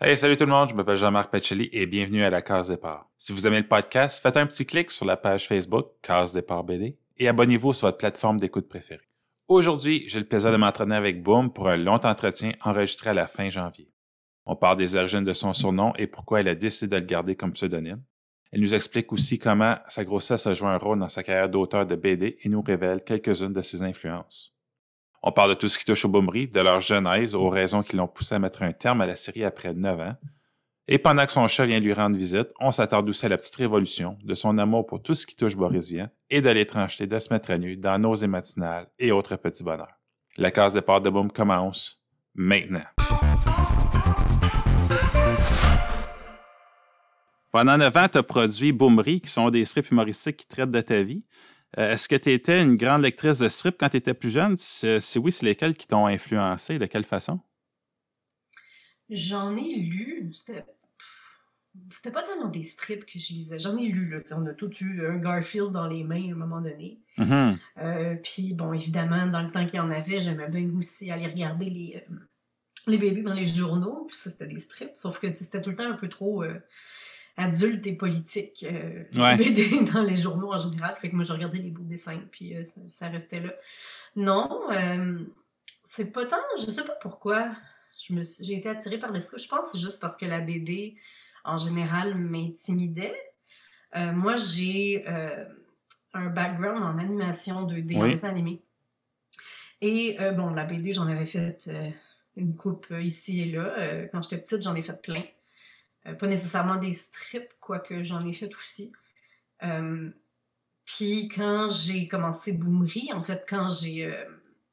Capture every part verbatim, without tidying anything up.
Hey, salut tout le monde, je m'appelle Jean-Marc Pacelli et bienvenue à la Case Départ. Si vous aimez le podcast, faites un petit clic sur la page Facebook Case Départ B D et abonnez-vous sur votre plateforme d'écoute préférée. Aujourd'hui, j'ai le plaisir de m'entraîner avec Boom pour un long entretien enregistré à la fin janvier. On parle des origines de son surnom et pourquoi elle a décidé de le garder comme pseudonyme. Elle nous explique aussi comment sa grossesse a joué un rôle dans sa carrière d'auteur de B D et nous révèle quelques-unes de ses influences. On parle de tout ce qui touche aux Boomeries, de leur genèse, aux raisons qui l'ont poussé à mettre un terme à la série après neuf ans. Et pendant que son chat vient lui rendre visite, on s'attarde aussi à la petite révolution, de son amour pour tout ce qui touche Boris Vian et de l'étrangeté de se mettre à nu dans Nausées matinales et autres petits bonheurs. La case départ de Boom commence maintenant. Pendant neuf ans, tu as produit Boomeries, qui sont des strips humoristiques qui traitent de ta vie. Euh, est-ce que tu étais une grande lectrice de strips quand tu étais plus jeune? Si, si oui, c'est lesquels qui t'ont influencé? De quelle façon? J'en ai lu. C'était, c'était pas tellement des strips que je lisais. J'en ai lu, là. On a tous eu un Garfield dans les mains à un moment donné. Mm-hmm. Euh, Puis, bon, évidemment, dans le temps qu'il y en avait, j'aimais bien aussi aller regarder les, euh, les B D dans les journaux. Puis ça, c'était des strips. Sauf que c'était tout le temps un peu trop euh, adulte et politique. Euh, Ouais. les B D dans les journaux en général. Fait que moi, je regardais les beaux dessins. Puis euh, ça, ça restait là. Non, euh, c'est pas tant... Je sais pas pourquoi... Je me suis, j'ai été attirée par le strip. Je pense que c'est juste parce que la B D, en général, m'intimidait. Euh, moi, j'ai euh, un background en animation deux D, oui. En dessin animé. Et euh, bon, la B D, j'en avais fait euh, une coupe euh, ici et là. Euh, quand j'étais petite, j'en ai fait plein. Euh, pas nécessairement des strips, quoique j'en ai fait aussi. Euh, Puis quand j'ai commencé Boomeries, en fait, quand j'ai... Euh,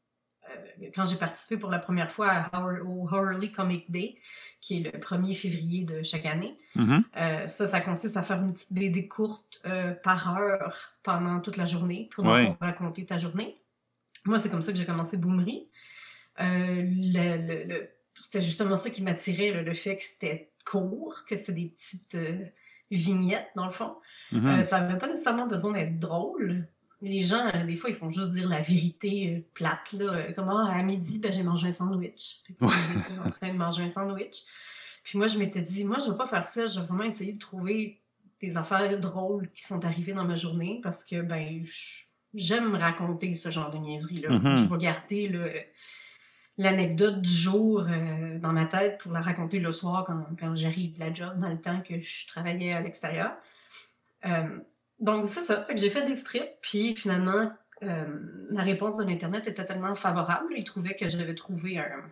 quand j'ai participé pour la première fois à Howard, au Hourly Comic Day, qui est le premier février de chaque année. Mm-hmm. Euh, ça, ça consiste à faire une petite B D courte euh, par heure pendant toute la journée pour ouais. raconter ta journée. Moi, c'est comme ça que j'ai commencé Boomeries. Euh, le, le, le, c'était justement ça qui m'attirait, le, le fait que c'était court, que c'était des petites euh, vignettes, dans le fond. Mm-hmm. Euh, ça n'avait pas nécessairement besoin d'être drôle. Les gens, euh, des fois, ils font juste dire la vérité euh, plate, là. Euh, comme, ah, à midi, ben, j'ai mangé un sandwich. Fait que ils sont en train de manger un sandwich. Puis moi, je m'étais dit, moi, je vais pas faire ça. Je vais vraiment essayer de trouver des affaires drôles qui sont arrivées dans ma journée parce que, ben, j'aime raconter ce genre de niaiserie-là. Mm-hmm. Je vais garder le, l'anecdote du jour euh, dans ma tête pour la raconter le soir quand, quand j'arrive de la job, dans le temps que je travaillais à l'extérieur. Euh, Donc, c'est ça. Fait que j'ai fait des strips, puis finalement, euh, la réponse de l'Internet était tellement favorable. Ils trouvaient que j'avais trouvé un,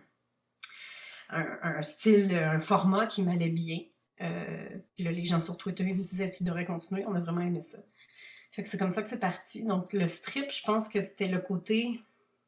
un, un style, un format qui m'allait bien. Euh, puis là, les gens sur Twitter ils me disaient « Tu devrais continuer », on a vraiment aimé ça. Fait que c'est comme ça que c'est parti. Donc, le strip, je pense que c'était le côté...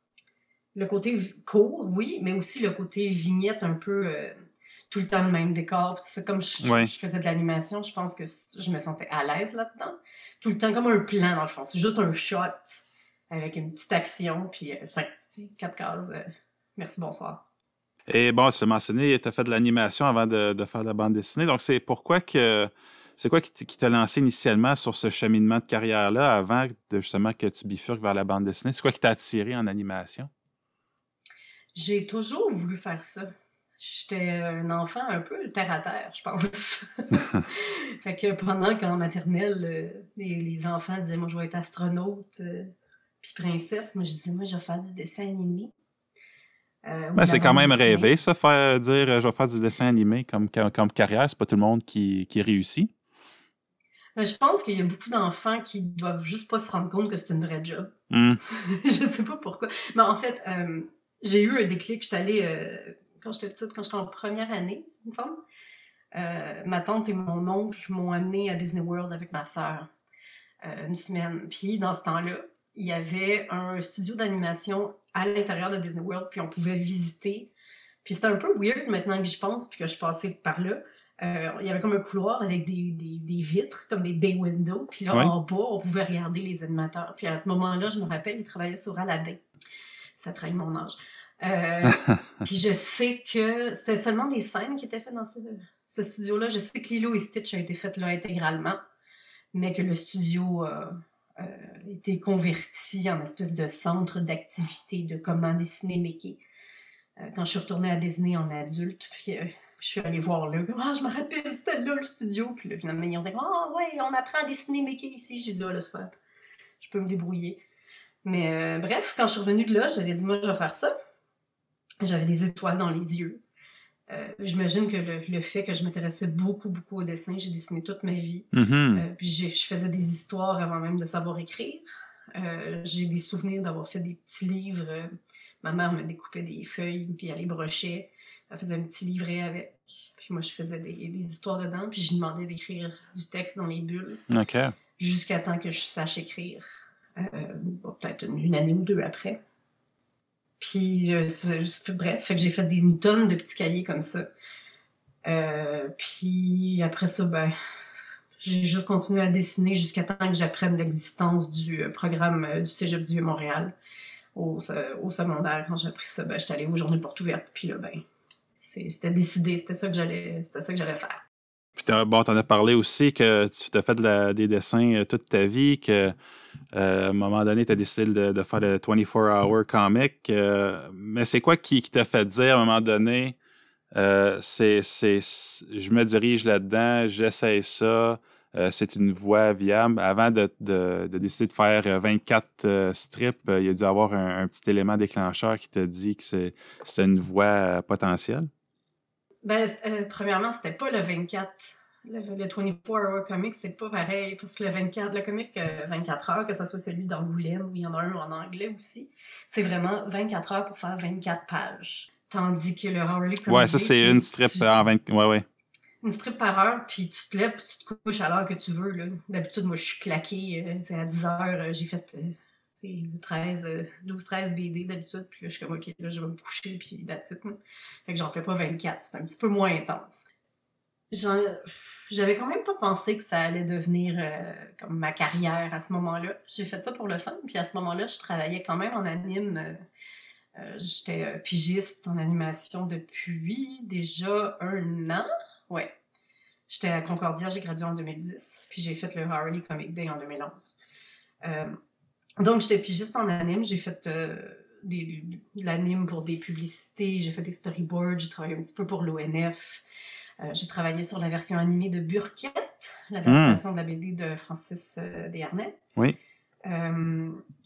Le côté court, oui, mais aussi le côté vignette un peu... Euh, tout le temps le même décor. Tout ça. Comme je, ouais. je faisais de l'animation, je pense que je me sentais à l'aise là-dedans. Tout le temps, comme un plan, dans le fond. C'est juste un shot avec une petite action, puis, enfin, tu sais, quatre cases. Euh, merci, bonsoir. Et bon, tu as mentionné, tu as fait de l'animation avant de, de faire de la bande dessinée. Donc, c'est pourquoi que... C'est quoi qui, qui t'a lancé initialement sur ce cheminement de carrière-là avant de, justement que tu bifurques vers la bande dessinée? C'est quoi qui t'a attiré en animation? J'ai toujours voulu faire ça. J'étais un enfant un peu terre-à-terre, je pense. Fait que pendant qu'en maternelle, euh, les, les enfants disaient « Moi, je vais être astronaute, euh, puis princesse », moi, je disais « Moi, je vais faire du dessin animé. Euh, » ben, c'est quand même dessinée. Rêvé, ça, faire dire « Je vais faire du dessin animé comme, comme, comme carrière ». C'est pas tout le monde qui, qui réussit. Ben, je pense qu'il y a beaucoup d'enfants qui doivent juste pas se rendre compte que c'est une vraie job. Mm. Je sais pas pourquoi. Mais en fait, euh, j'ai eu un déclic. J'étais allée... Euh, quand j'étais petite, quand j'étais en première année, il me semble, euh, ma tante et mon oncle m'ont amenée à Disney World avec ma sœur euh, une semaine. Puis dans ce temps-là, il y avait un studio d'animation à l'intérieur de Disney World, puis on pouvait visiter. Puis c'était un peu weird maintenant que j'y pense, puis que je passais par là. Euh, il y avait comme un couloir avec des, des, des vitres, comme des bay windows. Puis là, ouais. En bas, on pouvait regarder les animateurs. Puis à ce moment-là, je me rappelle, ils travaillaient sur Aladdin. Ça trahit mon âge. Euh, puis je sais que c'était seulement des scènes qui étaient faites dans ce, ce studio-là. Je sais que Lilo et Stitch a été fait là intégralement, mais que le studio euh, euh, a été converti en espèce de centre d'activité de comment dessiner Mickey. euh, quand je suis retournée à Disney en adulte, puis euh, je suis allée voir là, comme, ah, je me rappelle, c'était là le studio, puis là, finalement, ils ont dit, ah, oh, ouais, on apprend à dessiner Mickey ici. J'ai dit, ah, là, c'est fab, je peux me débrouiller. Mais euh, bref, quand je suis revenue de là, j'avais dit, moi, je vais faire ça. J'avais des étoiles dans les yeux. Euh, j'imagine que le, le fait que je m'intéressais beaucoup, beaucoup au dessin, j'ai dessiné toute ma vie. Mm-hmm. Euh, puis j'ai, je faisais des histoires avant même de savoir écrire. Euh, j'ai des souvenirs d'avoir fait des petits livres. Euh, ma mère me découpait des feuilles, puis elle les brochait. Elle faisait un petit livret avec. Puis moi, je faisais des, des histoires dedans, puis je lui demandais d'écrire du texte dans les bulles. OK. Jusqu'à temps que je sache écrire. Euh, bon, peut-être une, une année ou deux après. Puis, euh, c'est, c'est, bref, fait que j'ai fait des, une tonne de petits cahiers comme ça. Euh, puis après ça, ben, j'ai juste continué à dessiner jusqu'à temps que j'apprenne l'existence du euh, programme euh, du Cégep du Vieux-Montréal au, euh, au secondaire. Quand j'ai appris ça, ben, j'étais allée aux journées portes ouvertes. Puis là, ben, c'est, c'était décidé, c'était ça que j'allais, c'était ça que j'allais faire. Puis t'as, bon, t'en as parlé aussi que tu t'as fait de la, des dessins euh, toute ta vie, que euh, à un moment donné, tu as décidé de, de faire le vingt-quatre hour comic. Euh, mais c'est quoi qui, qui t'a fait dire à un moment donné, euh, c'est, c'est, c'est, je me dirige là-dedans, j'essaie ça, euh, c'est une voie viable. Avant de, de, de décider de faire vingt-quatre euh, strips, euh, il y a dû avoir un, un petit élément déclencheur qui t'a dit que c'est, c'est une voie euh, potentielle? Ben, euh, premièrement, c'était pas le vingt-quatre. Le, le vingt-quatre hour comic, c'est pas pareil. Parce que le vingt-quatre, le comic euh, vingt-quatre heures, que ce soit celui d'Angoulême, ou il y en a un en anglais aussi, c'est vraiment vingt-quatre heures pour faire vingt-quatre pages. Tandis que le Hourly Comic Ouais, ça, Day, c'est une strip tu, en vingt... Ouais, ouais. Une strip par heure, puis tu te lèves, puis tu te couches à l'heure que tu veux. Là. D'habitude, moi, je suis claquée. Euh, c'est à dix heures, euh, j'ai fait euh, treize, euh, douze treize B D d'habitude. Puis là, je suis comme, OK, là, je vais me coucher, puis that's it. Là. Fait que j'en fais pas vingt-quatre. C'est un petit peu moins intense. J'en, j'avais quand même pas pensé que ça allait devenir euh, comme ma carrière à ce moment-là. J'ai fait ça pour le fun, puis à ce moment-là, je travaillais quand même en anime. Euh, euh, j'étais euh, pigiste en animation depuis déjà un an. Ouais. J'étais à Concordia, j'ai gradué en deux mille dix, puis j'ai fait le Hourly Comic Day en deux mille onze. Euh, donc, j'étais pigiste en anime. J'ai fait euh, des, de l'anime pour des publicités, j'ai fait des storyboards, j'ai travaillé un petit peu pour l'O N F. Euh, j'ai travaillé sur la version animée de Burkett, l'adaptation mmh. de la B D de Francis euh, Desharnais. Oui. Euh,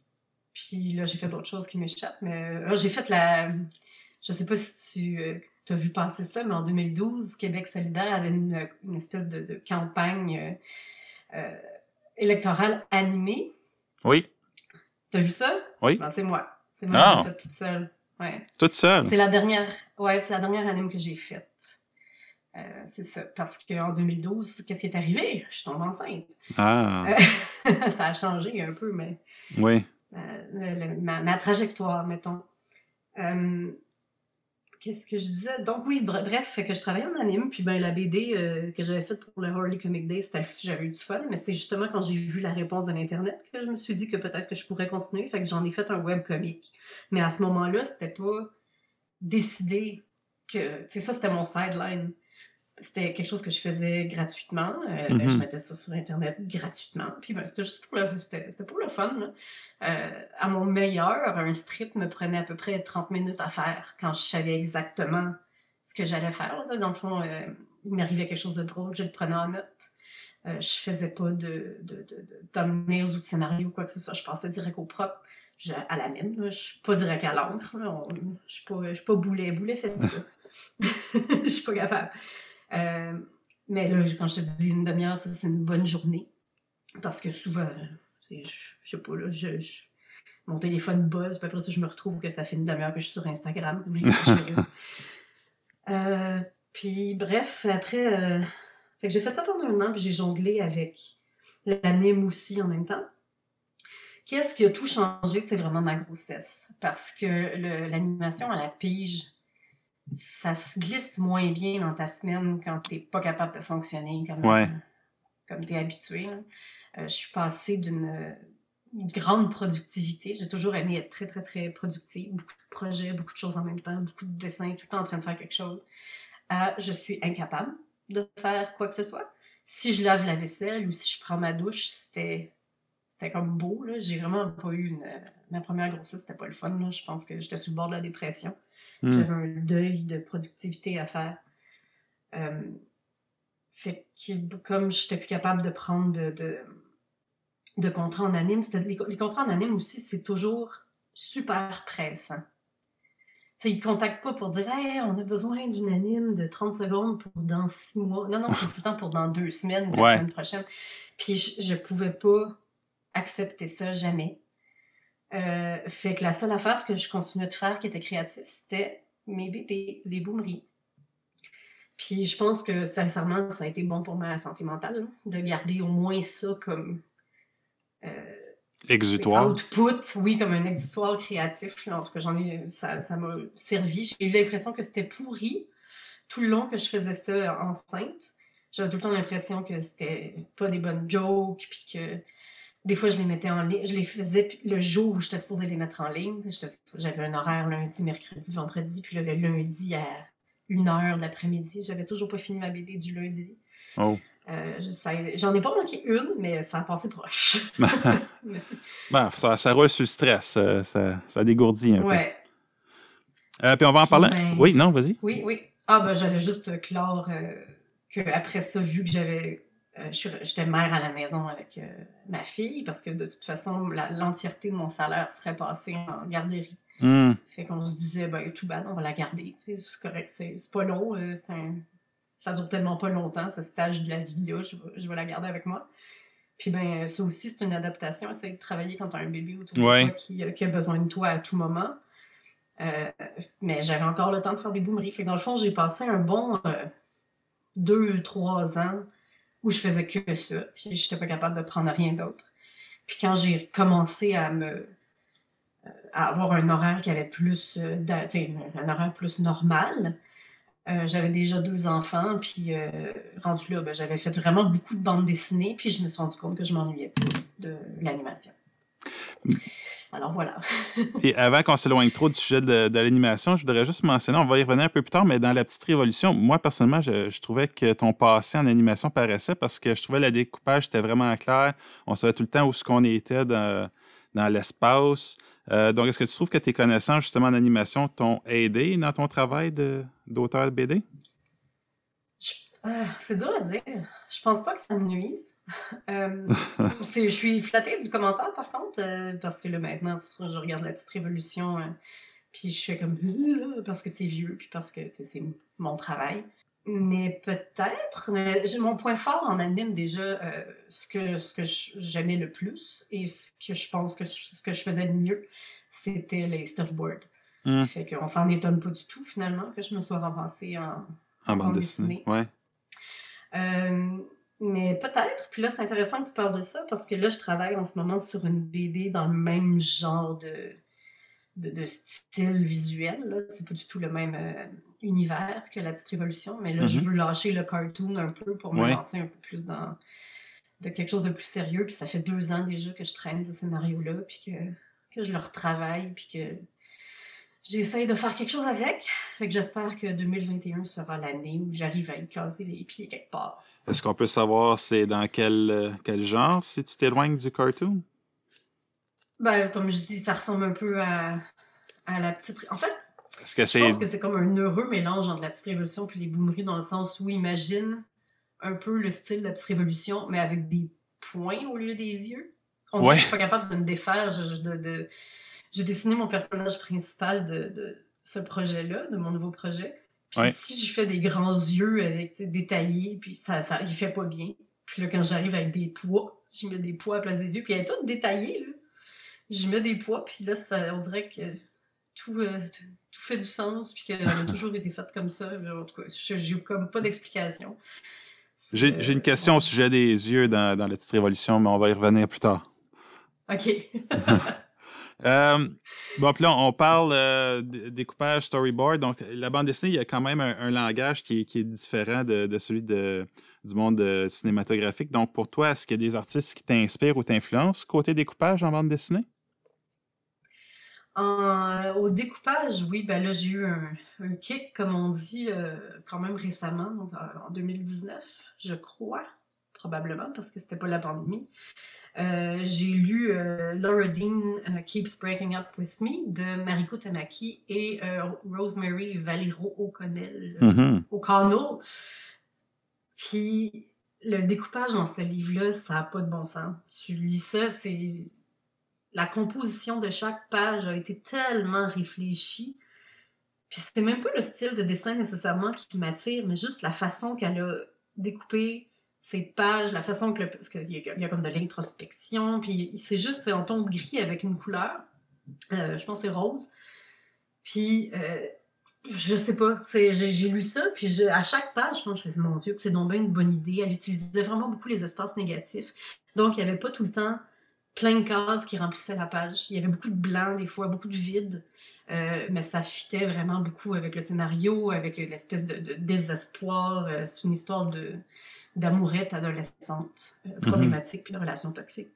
puis là, j'ai fait d'autres choses qui m'échappent. Mais euh, j'ai fait la... Je sais pas si tu euh, as vu passer ça, mais en deux mille douze, Québec solidaire avait une, une espèce de, de campagne euh, euh, électorale animée. Oui. T'as vu ça? Oui. Ben, c'est moi. C'est moi ah. qui l'ai faite toute seule. Ouais. Toute seule? C'est la dernière... Ouais, c'est la dernière anime que j'ai faite. Euh, c'est ça. Parce qu'en deux mille douze, qu'est-ce qui est arrivé? Je suis tombée enceinte. Ah. Euh, ça a changé un peu, mais... Oui. Euh, le, le, ma, ma trajectoire, mettons. Euh, qu'est-ce que je disais? Donc oui, bref, fait que je travaillais en anime, puis ben la B D euh, que j'avais faite pour le Hourly Comic Day, c'était, j'avais eu du fun, mais c'est justement quand j'ai vu la réponse de l'Internet que je me suis dit que peut-être que je pourrais continuer, fait que j'en ai fait un webcomic. Mais à ce moment-là, c'était pas décidé que... Tu sais, ça, c'était mon sideline. C'était quelque chose que je faisais gratuitement. Euh, mm-hmm. ben, je mettais ça sur Internet gratuitement. Puis ben, c'était juste pour le, c'était, c'était pour le fun. Là. Euh, à mon meilleur, un strip me prenait à peu près trente minutes à faire quand je savais exactement ce que j'allais faire. Là. Dans le fond, euh, il m'arrivait quelque chose de drôle, je le prenais en note. Euh, je faisais pas de, de, de, de thumbnails ou de scénario ou quoi que ce soit. Je passais direct au propre. Je, à la mine. Là. Je suis pas direct à l'encre. Là. On, je suis pas, je suis pas boulet. Boulet fait ça. Je suis pas capable. Euh, mais là, quand je te dis une demi-heure, ça, c'est une bonne journée. Parce que souvent, je, je sais pas, là, je, je, mon téléphone buzz, puis après ça, je me retrouve que ça fait une demi-heure que je suis sur Instagram. euh, puis bref, après, euh, fait que j'ai fait ça pendant un an, puis j'ai jonglé avec l'anime aussi en même temps. Qu'est-ce qui a tout changé? C'est vraiment ma grossesse. Parce que le, l'animation à la pige, ça se glisse moins bien dans ta semaine quand t'es pas capable de fonctionner comme, ouais. euh, comme t'es habitué. Euh, je suis passée d'une une grande productivité. J'ai toujours aimé être très, très, très productive. Beaucoup de projets, beaucoup de choses en même temps, beaucoup de dessins, tout le temps en train de faire quelque chose. Euh, je suis incapable de faire quoi que ce soit. Si je lave la vaisselle ou si je prends ma douche, c'était, c'était comme beau. Là. J'ai vraiment pas eu une... ma première grossesse, c'était pas le fun. Là. Je pense que j'étais sur le bord de la dépression. Mm. J'avais un deuil de productivité à faire. Euh, fait que comme j'étais plus capable de prendre de, de, de contrats en anime, c'était, les, les contrats en anime aussi, c'est toujours super pressant. T'sais, ils ne contactent pas pour dire « Hey, on a besoin d'une anime de trente secondes pour dans six mois. » Non, non, c'est tout le temps pour dans deux semaines ou la Ouais. semaine prochaine. Puis je, je pouvais pas accepter ça jamais. Euh, fait que la seule affaire que je continuais de faire qui était créative, c'était mes B D, les boomeries. Puis je pense que, sincèrement, ça a été bon pour ma santé mentale, là, de garder au moins ça comme euh, exutoire. Output, oui, comme un exutoire créatif. Là. En tout cas, j'en ai, ça, ça m'a servi. J'ai eu l'impression que c'était pourri tout le long que je faisais ça enceinte. J'avais tout le temps l'impression que c'était pas des bonnes jokes, puis que des fois, je les mettais en ligne. Je les faisais le jour où j'étais supposée les mettre en ligne. J'avais un horaire lundi, mercredi, vendredi, puis là, le lundi à une heure de l'après-midi. J'avais toujours pas fini ma B D du lundi. Oh. Euh, ça, j'en ai pas manqué une, mais ça a passé proche. ben, ça, ça roule sur le stress. Ça, ça, ça dégourdit un ouais. peu. Euh, puis on va en puis parler. Ben, oui, non, vas-y. Oui, oui. Ah, ben, j'allais juste clore euh, qu'après ça, vu que j'avais. Euh, j'étais mère à la maison avec euh, ma fille, parce que de toute façon, la, l'entièreté de mon salaire serait passée en garderie. Mm. Fait qu'on se disait, ben, tout bad, on va la garder. Tu sais, c'est correct, c'est, c'est pas long. Euh, c'est un... Ça dure tellement pas longtemps, ce stage de la vie-là. Je, je vais la garder avec moi. Puis, ben, ça aussi, c'est une adaptation. Essayer de travailler quand t'as un bébé autour ouais. de toi qui, qui a besoin de toi à tout moment. Euh, mais j'avais encore le temps de faire des boomeries. Fait que dans le fond, j'ai passé un bon euh, deux, trois ans où je faisais que ça. Puis j'étais pas capable de prendre rien d'autre. Puis quand j'ai commencé à me à avoir un horaire qui avait plus euh, un horaire plus normal, euh, j'avais déjà deux enfants, puis euh, rendu là, ben, j'avais fait vraiment beaucoup de bandes dessinées, puis je me suis rendu compte que je m'ennuyais de l'animation. Alors voilà. Et avant qu'on s'éloigne trop du sujet de, de l'animation, je voudrais juste mentionner, on va y revenir un peu plus tard, mais dans La Petite Révolution, moi, personnellement, je, je trouvais que ton passé en animation paraissait parce que je trouvais le découpage était vraiment clair. On savait tout le temps où ce qu'on était dans, dans l'espace. Euh, donc, est-ce que tu trouves que tes connaissances, justement, en animation t'ont aidé dans ton travail de, d'auteur de B D? Je, euh, c'est dur à dire. Je pense pas que ça me nuise. Euh, c'est, je suis flattée du commentaire, par contre, euh, parce que là, maintenant, c'est sûr, je regarde La Petite Révolution, euh, puis je fais comme euh, parce que c'est vieux, puis parce que c'est mon travail. Mais peut-être, mais j'ai mon point fort en anime déjà, euh, ce que, ce que j'aimais le plus et ce que je pense que je, ce que je faisais le mieux, c'était les storyboards. Mm. Fait qu'on s'en étonne pas du tout, finalement, que je me sois ramassée en, en, en bande dessinée. dessinée. Ouais. Euh, mais peut-être, puis là, c'est intéressant que tu parles de ça, parce que là, je travaille en ce moment sur une B D dans le même genre de, de, de style visuel. Là. C'est pas du tout le même euh, univers que La Petite Révolution, mais là, mm-hmm. je veux lâcher le cartoon un peu pour me ouais. lancer un peu plus dans de quelque chose de plus sérieux. Puis ça fait deux ans déjà que je traîne ce scénario-là, puis que, que je le retravaille, puis que j'essaye de faire quelque chose avec. Fait que j'espère que deux mille vingt et un sera l'année où j'arrive à y casser les pieds quelque part. Est-ce qu'on peut savoir c'est dans quel, quel genre, si tu t'éloignes du cartoon? Ben, comme je dis, ça ressemble un peu à, à La Petite... En fait, Est-ce que je c'est... pense que c'est comme un heureux mélange entre La Petite Révolution et les boomeries, dans le sens où imagine un peu le style de La Petite Révolution, mais avec des points au lieu des yeux. On dirait ouais. que je suis pas capable de me défaire de... de, de... J'ai dessiné mon personnage principal de, de ce projet-là, de mon nouveau projet. Puis ouais. si je fais des grands yeux avec détaillés, puis ça, ça, il fait pas bien. Puis là, quand j'arrive avec des poids, je mets des poids à la place des yeux, puis elle est toute détaillée, là. Je mets des poids, puis là, ça, on dirait que tout, euh, tout fait du sens, puis qu'elle a toujours été faite comme ça. En tout cas, j'ai comme pas d'explication. J'ai, euh, j'ai une question ouais. au sujet des yeux dans, dans La Petite Révolution, mais on va y revenir plus tard. OK. Euh, bon, puis là, on parle euh, de découpage storyboard. Donc, la bande dessinée, il y a quand même un, un langage qui est, qui est différent de, de celui de, du monde euh, cinématographique. Donc, pour toi, est-ce qu'il y a des artistes qui t'inspirent ou t'influencent côté découpage en bande dessinée? En, au découpage, oui. Ben là, j'ai eu un, un kick, comme on dit, euh, quand même récemment, donc en deux mille dix-neuf, je crois, probablement, parce que c'était pas la pandémie. Euh, j'ai lu euh, Laura Dean uh, Keeps Breaking Up With Me de Mariko Tamaki et euh, Rosemary Valero O'Connell. Mm-hmm. O'Connell. Puis le découpage dans ce livre-là, ça n'a pas de bon sens. Tu lis ça, c'est... La composition de chaque page a été tellement réfléchie. Puis c'est même pas le style de dessin nécessairement qui m'attire, mais juste la façon qu'elle a découpé ces pages, la façon que... Le, parce qu'il y, y a comme de l'introspection, puis c'est juste c'est en ton de gris avec une couleur. Euh, je pense que c'est rose. Puis, euh, je sais pas, c'est, j'ai, j'ai lu ça, puis je, à chaque page, je pense, je me disais, mon Dieu, que c'est donc bien une bonne idée. Elle utilisait vraiment beaucoup les espaces négatifs. Donc, il n'y avait pas tout le temps plein de cases qui remplissaient la page. Il y avait beaucoup de blanc, des fois, beaucoup de vide. Euh, mais ça fitait vraiment beaucoup avec le scénario, avec l'espèce de, de désespoir. Euh, c'est une histoire de, d'amourette adolescente, euh, problématique, mm-hmm. puis de relations toxiques.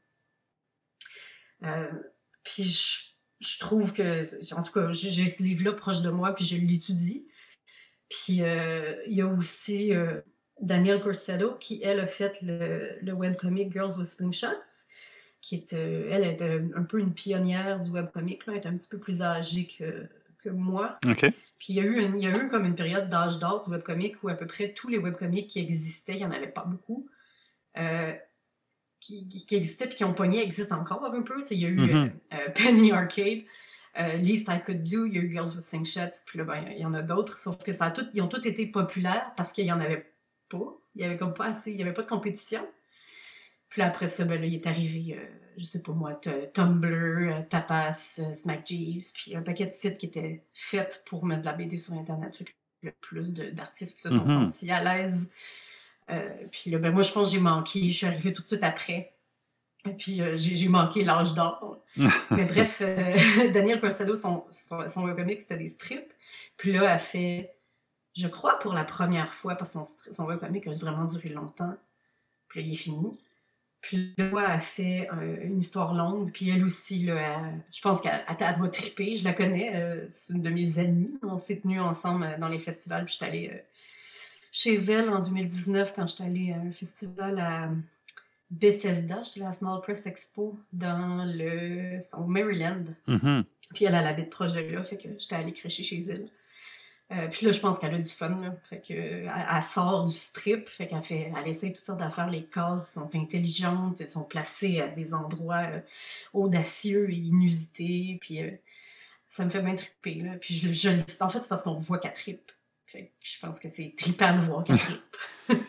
Euh, puis je, je trouve que, en tout cas, j'ai, j'ai ce livre-là proche de moi, puis je l'étudie. Puis euh, il y a aussi euh, Danielle Corsello, qui, elle, a fait le, le webcomic Girls with Slingshots, qui est, euh, elle est un peu une pionnière du webcomic, là, elle est un petit peu plus âgée que, que moi. OK. Puis il y a eu, une, il y a eu comme une période d'âge d'or du webcomic où à peu près tous les webcomics qui existaient, il n'y en avait pas beaucoup, euh, qui, qui, qui existaient puis qui ont pogné, existent encore un peu. T'sais, il y a eu mm-hmm. euh, euh, Penny Arcade, euh, Least I Could Do, il y a eu Girls with Slingshots, puis là, ben, il y en a d'autres, sauf que ça a tout, ils ont tous été populaires parce qu'il n'y en avait pas. Il n'y avait comme pas assez, il n'y avait pas de compétition. Puis là, après ça, ben là, il est arrivé, euh, je sais pas moi, t- Tumblr, euh, Tapas, euh, Smack Jeeves, puis un paquet de sites qui étaient faits pour mettre de la B D sur Internet. Fait que le plus de, d'artistes qui se sont mm-hmm. sentis à l'aise. Euh, puis là, ben moi, je pense que j'ai manqué. Je suis arrivée tout de suite après. Et puis, euh, j'ai, j'ai manqué l'âge d'or. Mais bref, euh, Danielle Corsello, son, son, son webcomic, c'était des strips. Puis là, elle fait, je crois pour la première fois, parce que son, son webcomic a vraiment duré longtemps. Puis là, il est fini. Puis là, elle fait euh, une histoire longue. Puis elle aussi, là, elle, je pense qu'elle, elle, elle doit triper. Je la connais. Euh, c'est une de mes amies. On s'est tenus ensemble euh, dans les festivals. Puis j'étais allée euh, chez elle en deux mille dix-neuf quand j'étais allée à un festival à Bethesda. J'étais allée à la Small Press Expo dans le... au Maryland. Mm-hmm. Puis elle, elle avait de projet là. Fait que j'étais allée crêcher chez elle. Euh, puis là, je pense qu'elle a du fun, là. Fait que, elle, elle sort du strip, fait qu'elle fait, elle essaie toutes sortes d'affaires. Les cases sont intelligentes, elles sont placées à des endroits euh, audacieux et inusités. Puis euh, ça me fait bien tripper, là. Puis je, je, en fait, c'est parce qu'on voit qu'elle trippe. Fait que je pense que c'est trippant de voir qu'elle trippe.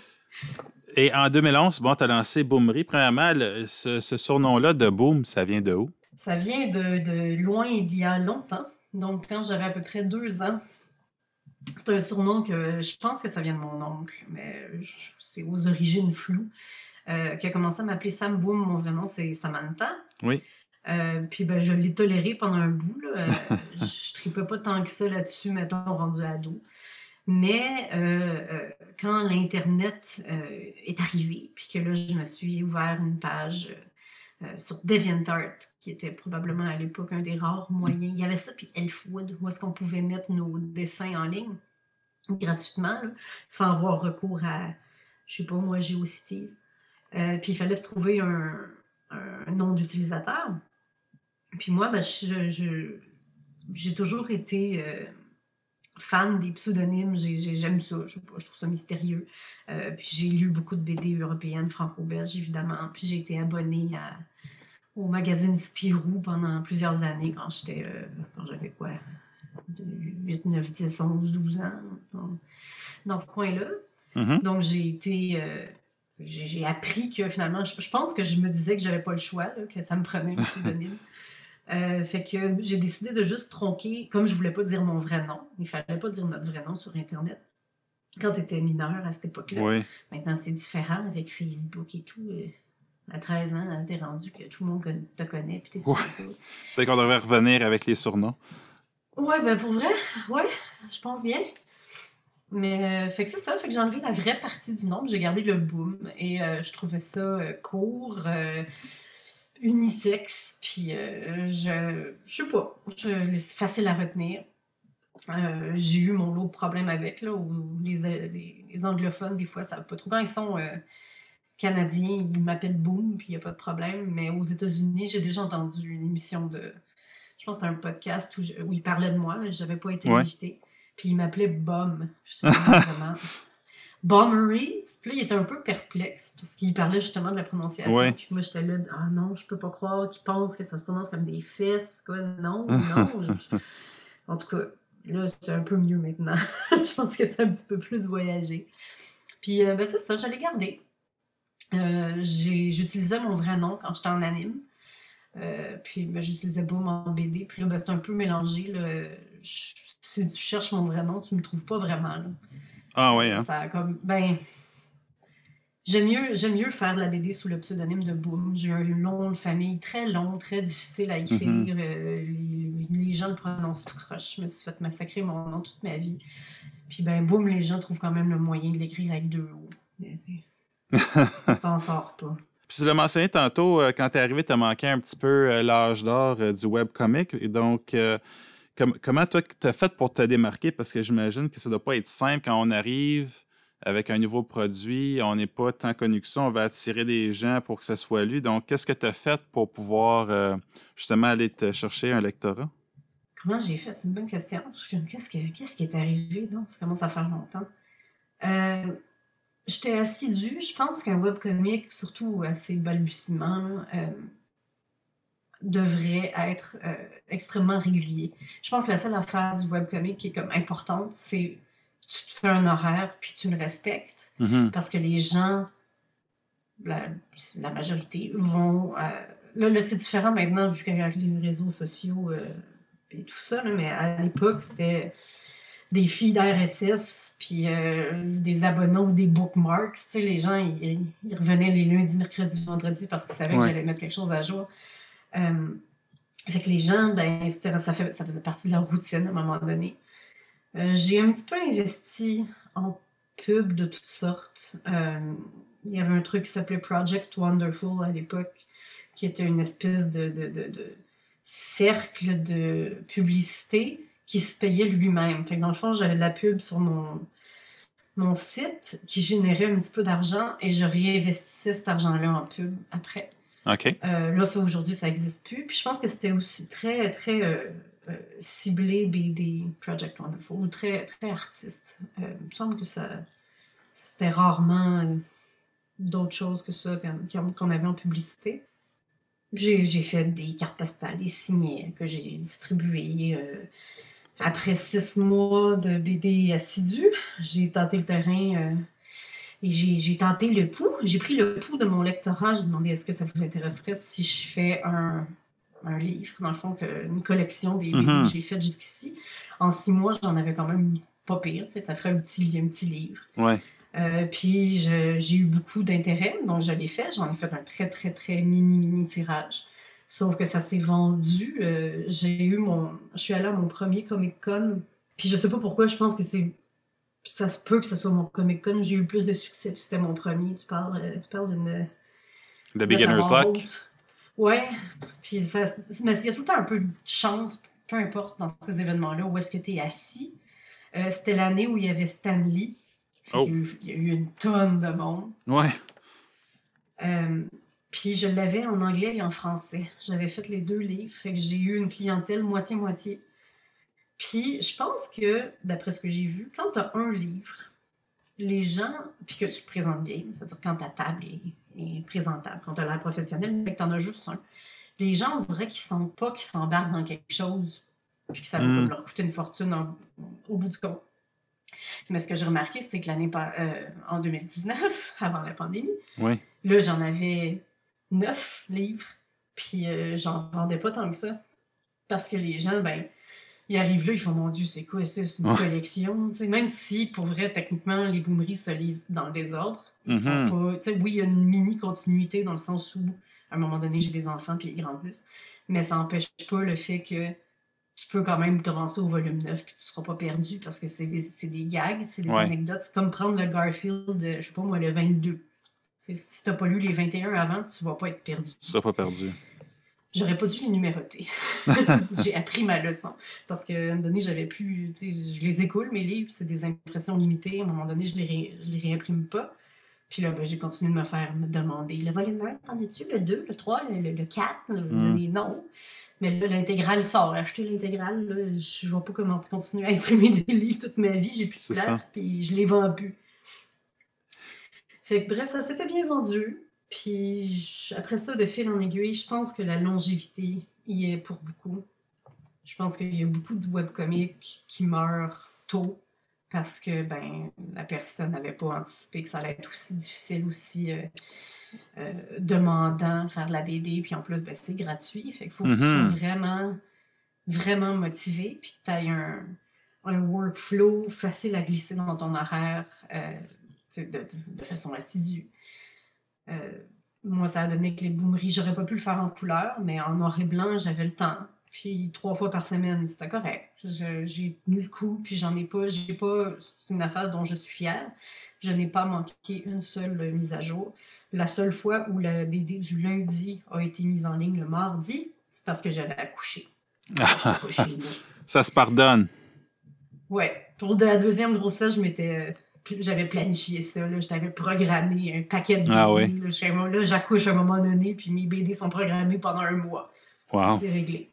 Et en deux mille onze, bon, tu as lancé Boomery. Premièrement, le, ce, ce surnom-là de Boom, ça vient de où? Ça vient de, de loin il y a longtemps. Donc, quand j'avais à peu près deux ans, c'est un surnom que je pense que ça vient de mon oncle, mais c'est aux origines floues, euh, qui a commencé à m'appeler Sam Boom. Mon vrai nom, c'est Samantha. Oui. Euh, puis ben, je l'ai toléré pendant un bout. Là. Euh, je ne tripais pas tant que ça là-dessus, mettons, rendu ado. Mais euh, euh, quand l'Internet euh, est arrivé, puis que là, je me suis ouvert une page euh, sur DeviantArt, qui était probablement à l'époque un des rares moyens. Il y avait ça, puis Elfwood, où est-ce qu'on pouvait mettre nos dessins en ligne gratuitement, là, sans avoir recours à, je sais pas moi, GeoCities. Euh, puis il fallait se trouver un, un nom d'utilisateur. Puis moi, ben, je, je, j'ai toujours été euh, fan des pseudonymes. J'ai, j'ai, j'aime ça, je, sais pas, je trouve ça mystérieux. Euh, puis j'ai lu beaucoup de B D européennes, franco-belges, évidemment. Puis j'ai été abonnée à, au magazine Spirou pendant plusieurs années quand j'étais, euh, quand j'avais quoi, huit, neuf, dix, onze, douze ans, dans ce coin-là. Mm-hmm. Donc j'ai été... Euh, J'ai, j'ai appris que finalement, je, je pense que je me disais que j'avais pas le choix, là, que ça me prenait un pseudonyme. euh, fait que j'ai décidé de juste tronquer, comme je voulais pas dire mon vrai nom, il fallait pas dire notre vrai nom sur Internet. Quand tu étais mineur à cette époque-là. Oui. Maintenant, c'est différent avec Facebook et tout. Euh, à treize ans, t'es rendu que tout le monde con- te connaît, puis t'es sûr. Ouais. Fait qu'on devrait revenir avec les surnoms. Ouais, ben pour vrai, ouais, je pense bien. Mais, euh, fait que c'est ça, fait que j'ai enlevé la vraie partie du nom, j'ai gardé le boom, et euh, je trouvais ça euh, court, euh, unisexe, puis euh, je, je sais pas, je, c'est facile à retenir. Euh, j'ai eu mon lot de problèmes avec, là, où les, les, les anglophones, des fois, ça va pas trop. Quand ils sont, euh, Canadien, il m'appelle Boom, puis il n'y a pas de problème. Mais aux États-Unis, j'ai déjà entendu une émission de... Je pense que c'était un podcast où, je, où il parlait de moi, mais je n'avais pas été Ouais. invitée. Puis il m'appelait Bum. Je vraiment... Bomberies. Puis là, il était un peu perplexe, parce qu'il parlait justement de la prononciation. Ouais. Puis moi, j'étais là, ah non, je peux pas croire qu'il pense que ça se prononce comme des fesses. Quoi. Non, non. je... En tout cas, là, c'est un peu mieux maintenant. Je pense que c'est un petit peu plus voyagé. Puis, euh, ben c'est ça, je l'ai gardé. Euh, j'ai, j'utilisais mon vrai nom quand j'étais en anime. Euh, puis, ben, j'utilisais Boom en B D. Puis là, ben, c'est un peu mélangé. Là. Je, si tu cherches mon vrai nom, tu me trouves pas vraiment. Là. Ah ouais, hein? Ça, comme, ben, j'aime mieux, j'aime mieux faire de la B D sous le pseudonyme de Boom. J'ai eu une longue famille, très long, très difficile à écrire. Mm-hmm. Euh, les, les gens le prononcent tout croche. Je me suis fait massacrer mon nom toute ma vie. Puis ben, Boom, les gens trouvent quand même le moyen de l'écrire avec deux O. Mais c'est... ça s'en sort pas. Puis tu l'as mentionné tantôt, euh, quand t'es arrivé, t'as manqué un petit peu euh, l'âge d'or euh, du webcomic. Et donc, euh, com- comment toi, t'as fait pour te démarquer? Parce que j'imagine que ça doit pas être simple quand on arrive avec un nouveau produit, on n'est pas tant connu que ça, on va attirer des gens pour que ça soit lu. Donc, qu'est-ce que t'as fait pour pouvoir euh, justement aller te chercher un lectorat? Comment j'ai fait? C'est une bonne question. Je me qu'est-ce, que, qu'est-ce qui est arrivé? Donc, ça commence à faire longtemps. Euh, j'étais assidue. Je pense qu'un webcomic, surtout à ses balbutiements, euh, devrait être euh, extrêmement régulier. Je pense que la seule affaire du webcomic qui est comme importante, c'est tu te fais un horaire puis tu le respectes. Mm-hmm. Parce que les gens, la, la majorité, vont... Euh, là, là, c'est différent maintenant vu qu'avec les réseaux sociaux... Euh, et tout ça, là, mais à l'époque, c'était des filles d'R S S, puis euh, des abonnements ou des bookmarks. Tu sais, les gens, ils, ils revenaient les lundis, mercredis, vendredis parce qu'ils savaient ouais. que j'allais mettre quelque chose à jour. Euh, fait que les gens, ben, c'était, ça, fait, ça faisait partie de leur routine à un moment donné. Euh, j'ai un petit peu investi en pub de toutes sortes. Euh, il y avait un truc qui s'appelait Project Wonderful à l'époque, qui était une espèce de... de, de, de cercle de publicité qui se payait lui-même. Fait que dans le fond, j'avais de la pub sur mon, mon site qui générait un petit peu d'argent et je réinvestissais cet argent-là en pub après. OK. Euh, là, ça, aujourd'hui, ça n'existe plus. Puis je pense que c'était aussi très, très euh, euh, ciblé B D, Project Wonderful, ou très, très artiste. Euh, il me semble que ça, c'était rarement euh, d'autres choses que ça qu'on, qu'on avait en publicité. J'ai, j'ai fait des cartes postales, des signets que j'ai distribués. Euh, après six mois de B D assidu, j'ai tenté le terrain euh, et j'ai, j'ai tenté le pouls. J'ai pris le pouls de mon lectorat. J'ai demandé est-ce que ça vous intéresserait si je fais un, un livre, dans le fond, que, une collection des B D mm-hmm. que j'ai faites jusqu'ici. En six mois, j'en avais quand même pas pire. Tu sais, ça ferait un petit, un petit livre. Ouais. Euh, puis je, j'ai eu beaucoup d'intérêt, donc je l'ai fait. J'en ai fait un très, très, très mini, mini tirage. Sauf que ça s'est vendu. Euh, j'ai eu mon... Je suis allée à mon premier Comic-Con. Puis je sais pas pourquoi, je pense que c'est... Ça se peut que ce soit mon Comic-Con où j'ai eu plus de succès. Puis c'était mon premier. Tu parles, euh, tu parles d'une... The Beginner's Luck. Ouais. Puis ça... Mais il y a tout le temps un peu de chance, peu importe, dans ces événements-là, où est-ce que tu es assis. Euh, c'était l'année où il y avait Stan Lee. Oh. Il, y a eu, il y a eu une tonne de monde. Ouais. Euh, puis je l'avais en anglais et en français. J'avais fait les deux livres. Fait que j'ai eu une clientèle moitié-moitié. Puis je pense que, d'après ce que j'ai vu, quand tu as un livre, les gens, puis que tu te présentes bien, c'est-à-dire quand ta table est, est présentable, quand tu as l'air professionnel, mais que tu en as juste un, les gens, on dirait qu'ils ne sentent pas qu'ils s'embarquent dans quelque chose, puis que ça va mm. leur coûter une fortune en, au bout du compte. Mais ce que j'ai remarqué, c'est que l'année euh, en deux mille dix-neuf, avant la pandémie, oui. là, j'en avais neuf livres, puis euh, j'en vendais pas tant que ça. Parce que les gens, ben, ils arrivent là, ils font « Mon Dieu, c'est quoi ça? C'est une oh. collection. » Même si, pour vrai, techniquement, les boomeries se lisent dans le désordre. Ils mm-hmm. sont pas... Oui, il y a une mini-continuité dans le sens où, à un moment donné, j'ai des enfants, puis ils grandissent. Mais ça n'empêche pas le fait que tu peux quand même te lancer au volume neuf puis tu seras pas perdu parce que c'est des, c'est des gags, c'est des ouais. anecdotes. C'est comme prendre le Garfield, je sais pas moi, le vingt-deux. C'est, si t'as pas lu les vingt et un avant, tu vas pas être perdu. Tu seras pas perdu. J'aurais pas dû les numéroter. J'ai appris ma leçon. Parce qu'à un moment donné, j'avais plus... Je les écoule, mes livres, c'est des impressions limitées. À un moment donné, je les, ré, je les réimprime pas. Puis là, ben, j'ai continué de me faire me demander, le volume un, t'en as-tu? Le deux, le trois, le, le, le quatre? Le, Mm. des noms. Mais là, l'intégrale sort. Acheter l'intégrale, là, je vois pas comment continuer à imprimer des livres toute ma vie. J'ai plus de place, puis je les vends plus. Fait que bref, ça s'était bien vendu. Puis après ça, de fil en aiguille, je pense que la longévité y est pour beaucoup. Je pense qu'il y a beaucoup de webcomics qui meurent tôt parce que ben la personne n'avait pas anticipé que ça allait être aussi difficile, aussi euh, euh, demandant faire de la B D. Puis en plus, ben, c'est gratuit. Fait qu'il faut que tu sois Mm-hmm. vraiment, vraiment motivé. Puis que tu aies un, un workflow facile à glisser dans ton horaire euh, de, de, de façon assidue. Euh, moi, ça a donné que les boomeries, j'aurais pas pu le faire en couleur, mais en noir et blanc, j'avais le temps. Puis trois fois par semaine, c'était correct. Je, j'ai tenu le coup, puis j'en ai pas, j'ai pas, c'est une affaire dont je suis fière. Je n'ai pas manqué une seule euh, mise à jour. La seule fois où la B D du lundi a été mise en ligne le mardi, c'est parce que j'avais accouché. Accouché, ça se pardonne. Ouais. Pour de la deuxième grossesse, je m'étais... J'avais planifié ça, là, je t'avais programmé un paquet de B D. Ah oui. Là, je, là, j'accouche à un moment donné, puis mes B D sont programmés pendant un mois. Wow. C'est réglé.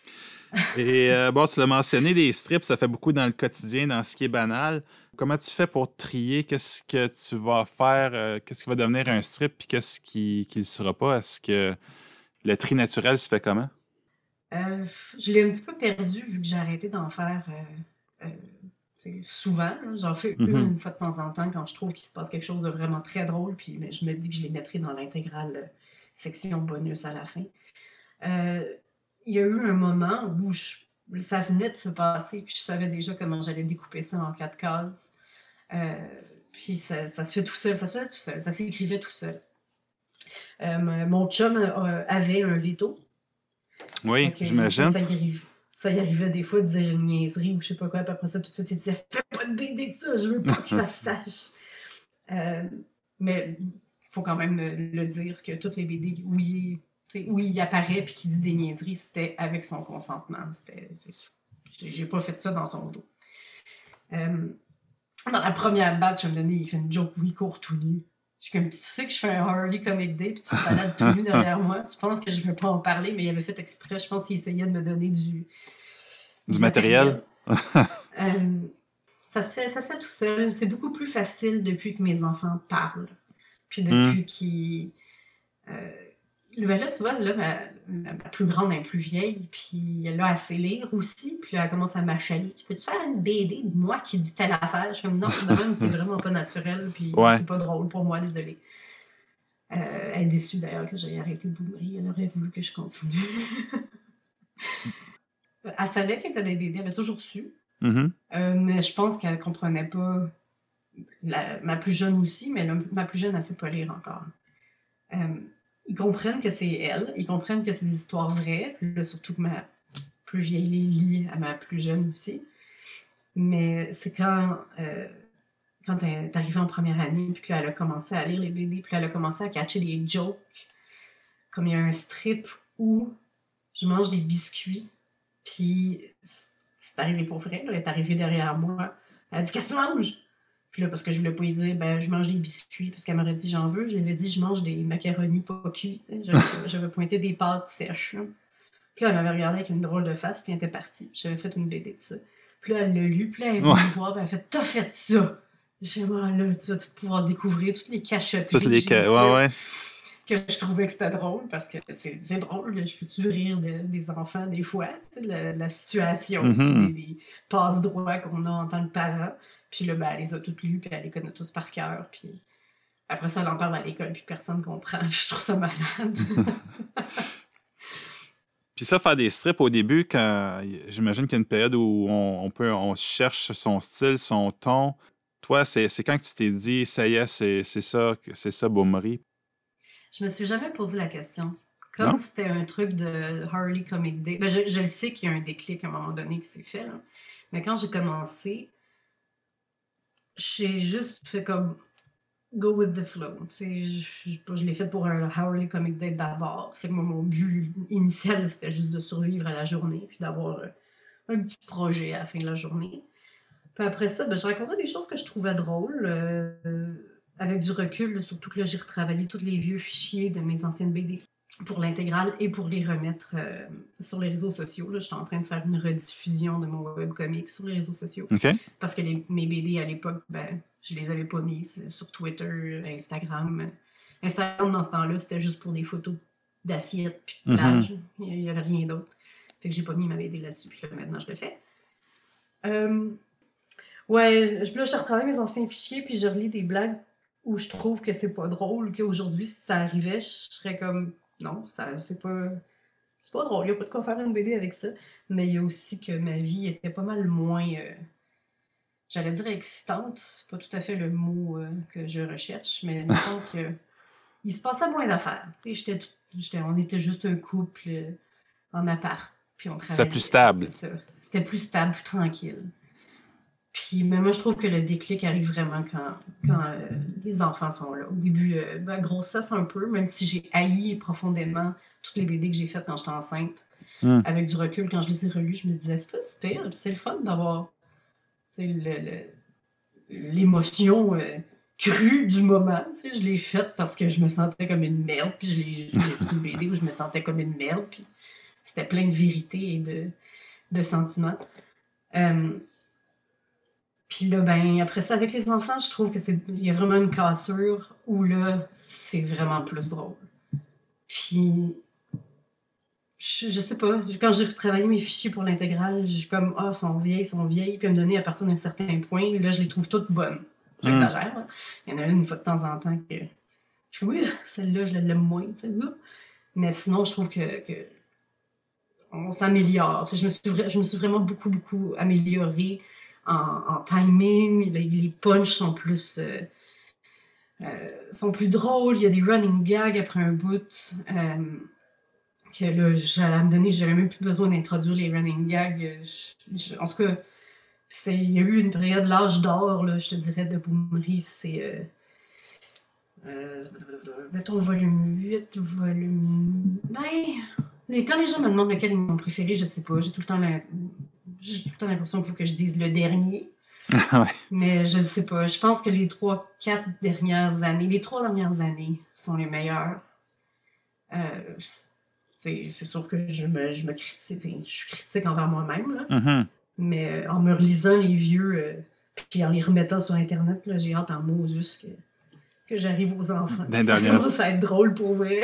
Et euh, bon, tu l'as mentionné, des strips, ça fait beaucoup dans le quotidien, dans ce qui est banal. Comment tu fais pour trier qu'est-ce que tu vas faire, euh, qu'est-ce qui va devenir un strip, puis qu'est-ce qui ne le sera pas? Est-ce que le tri naturel se fait comment? Euh, je l'ai un petit peu perdu vu que j'ai arrêté d'en faire euh, euh, souvent. Hein. J'en fais mm-hmm. une, une fois de temps en temps quand je trouve qu'il se passe quelque chose de vraiment très drôle, puis mais je me dis que je les mettrai dans l'intégrale euh, section bonus à la fin. Euh, il y a eu un moment où je, ça venait de se passer, puis je savais déjà comment j'allais découper ça en quatre cases. Euh, puis ça, ça se fait tout seul, ça se fait tout seul, ça s'écrivait tout seul. Euh, mon chum euh, avait un veto. Oui, okay, j'imagine. Ça, ça, y arrive, ça y arrivait des fois de dire une niaiserie ou je sais pas quoi, puis après ça, tout de suite, il disait « Fais pas de B D de ça, je veux pas que ça se sache. Euh, » Mais il faut quand même le dire que toutes les B D où il, où il apparaît puis qu'il dit des niaiseries, c'était avec son consentement. C'était, j'ai pas fait ça dans son dos. Euh, dans la première batch, à un moment donné, il fait une joke où il court tout nu. Je suis comme, tu sais que je fais un Harley Comic Day puis tu te balades tout nu derrière moi. Tu penses que je ne veux pas en parler, mais il avait fait exprès. Je pense qu'il essayait de me donner du... Du, du matériel. matériel. euh, ça, se fait, ça se fait tout seul. C'est beaucoup plus facile depuis que mes enfants parlent. Puis depuis mm. qu'ils... Euh, ben là, tu vois, là, ma, ma, ma plus grande est plus vieille, puis elle a assez lire aussi, puis là, elle commence à m'achaler. Tu peux-tu faire une B D de moi qui dit telle affaire? Je suis comme, non, même, c'est vraiment pas naturel, puis ouais. C'est pas drôle pour moi, désolée. Euh, elle est déçue d'ailleurs que j'aie arrêté le boomerie, elle aurait voulu que je continue. Elle savait qu'elle était des B D, elle a toujours su, mm-hmm. euh, mais je pense qu'elle comprenait pas, la, ma plus jeune aussi, mais la, ma plus jeune, elle sait pas lire encore. Euh, Ils comprennent que c'est elle, ils comprennent que c'est des histoires vraies, là, surtout que ma plus vieille les lit à ma plus jeune aussi. Mais c'est quand, euh, quand elle est arrivée en première année, puis que là, elle a commencé à lire les B D, puis là, elle a commencé à catcher des jokes. Comme il y a un strip où je mange des biscuits, puis c'est arrivé pour vrai, là, elle est arrivée derrière moi. Elle a dit « Qu'est-ce que tu manges? » Puis là, parce que je voulais pas lui dire, ben, je mange des biscuits, parce qu'elle m'aurait dit, j'en veux. J'avais dit, je mange des macaronis pas cuits. J'avais, j'avais pointé des pâtes sèches. Là. Puis là, elle m'avait regardé avec une drôle de face, puis elle était partie. J'avais fait une B D de ça. Puis là, elle l'a lu, puis là, elle est venue me voir, puis elle a fait, t'as fait ça! J'ai dit, ah, là, tu vas tout pouvoir découvrir toutes les cachettes. Toutes les cachettes, ouais, ouais. Que je trouvais que c'était drôle, parce que c'est, c'est drôle. Là, je peux-tu rire de, des enfants des fois, tu sais, la, la situation, mm-hmm. des, des passe-droits qu'on a en tant que parents. Puis là, ben, elle les a toutes lues, puis elle les connaît tous par cœur. Puis après ça, elle en parle à l'école, puis personne ne comprend. Je trouve ça malade. Puis ça, faire des strips au début, quand j'imagine qu'il y a une période où on, on peut, on cherche son style, son ton. Toi, c'est, c'est quand que tu t'es dit, ça y est, c'est, c'est ça, c'est ça, Boomerie? Je me suis jamais posé la question. Comme non? C'était un truc de Harley Comic Day. Ben, je, je le sais qu'il y a un déclic à un moment donné qui s'est fait. Là. Mais quand j'ai commencé, j'ai juste fait comme go with the flow. Je, je, je l'ai fait pour un Harley Comic Day d'abord. Fait que moi, mon but initial, c'était juste de survivre à la journée puis d'avoir un petit projet à la fin de la journée. Puis après ça, ben, je racontais des choses que je trouvais drôles. Euh, avec du recul, là, surtout que là, j'ai retravaillé tous les vieux fichiers de mes anciennes B D pour l'intégrale et pour les remettre euh, sur les réseaux sociaux. Là, je suis en train de faire une rediffusion de mon webcomic sur les réseaux sociaux. OK. Parce que les, mes B D à l'époque, ben, je les avais pas mises sur Twitter, Instagram. Instagram, dans ce temps-là, c'était juste pour des photos d'assiettes puis de plage. Mm-hmm. Il n'y avait rien d'autre. Fait que j'ai pas mis ma B D là-dessus, puis là, maintenant, je le fais. Euh, ouais, là, je retravaille mes anciens fichiers, puis je relis des blagues où je trouve que c'est pas drôle, qu'aujourd'hui, si ça arrivait, je serais comme... Non, ça, c'est pas... C'est pas drôle, il n'y a pas de quoi faire une B D avec ça. Mais il y a aussi que ma vie était pas mal moins... Euh, j'allais dire excitante, c'est pas tout à fait le mot euh, que je recherche, mais mettons que... Il se passait moins d'affaires. Tu sais, j'étais, tout, j'étais, on était juste un couple euh, en appart, puis on travaillait. C'était plus stable. C'était, ça. C'était plus stable, plus tranquille. Puis, mais moi, je trouve que le déclic arrive vraiment quand, quand euh, les enfants sont là. Au début, euh, ben, grossesse un peu, même si j'ai haï profondément toutes les B D que j'ai faites quand j'étais enceinte. Mm. Avec du recul, quand je les ai relus, je me disais, c'est pas si pire. Puis c'est le fun d'avoir le, le, l'émotion euh, crue du moment. Tu sais, je l'ai faite parce que je me sentais comme une merde. Puis je l'ai, j'ai fait une B D où je me sentais comme une merde. Puis c'était plein de vérité et de, de sentiments. Euh, Puis là, ben, après ça, avec les enfants, je trouve que c'est, il y a vraiment une cassure où là, c'est vraiment plus drôle. Puis, je, je sais pas, quand j'ai retravaillé mes fichiers pour l'intégrale, j'ai comme, ah, oh, sont vieilles, sont vieilles, puis à me donner à partir d'un certain point, là, je les trouve toutes bonnes. J'exagère, mm. Il y en a une, une fois de temps en temps que, je dis, oui, celle-là, je l'aime moins, tu sais, mais sinon, je trouve que, que on s'améliore. Je me suis, je me suis vraiment beaucoup, beaucoup améliorée. En, en timing, les, les punchs sont plus euh, euh, sont plus drôles, il y a des running gags après un bout euh, que là, j'allais me donner, j'avais même plus besoin d'introduire les running gags. Je, je, en tout cas, c'est, il y a eu une période, l'âge d'or, là, je te dirais, de Boomery, c'est euh, euh, mettons volume huit, volume... Ben, les, quand les gens me demandent lequel ils m'ont préféré, je ne sais pas, j'ai tout le temps la... J'ai tout le temps l'impression qu'il faut que je dise le dernier. Ouais. Mais je ne sais pas. Je pense que les trois, quatre dernières années, les trois dernières années sont les meilleures. Euh, c'est, c'est sûr que je me, je me critique, je suis critique envers moi-même. Là. Mm-hmm. Mais euh, en me relisant les vieux, euh, puis en les remettant sur Internet, là, j'ai hâte en mots juste que, que j'arrive aux enfants. Ça dernières... commence à être drôle pour moi.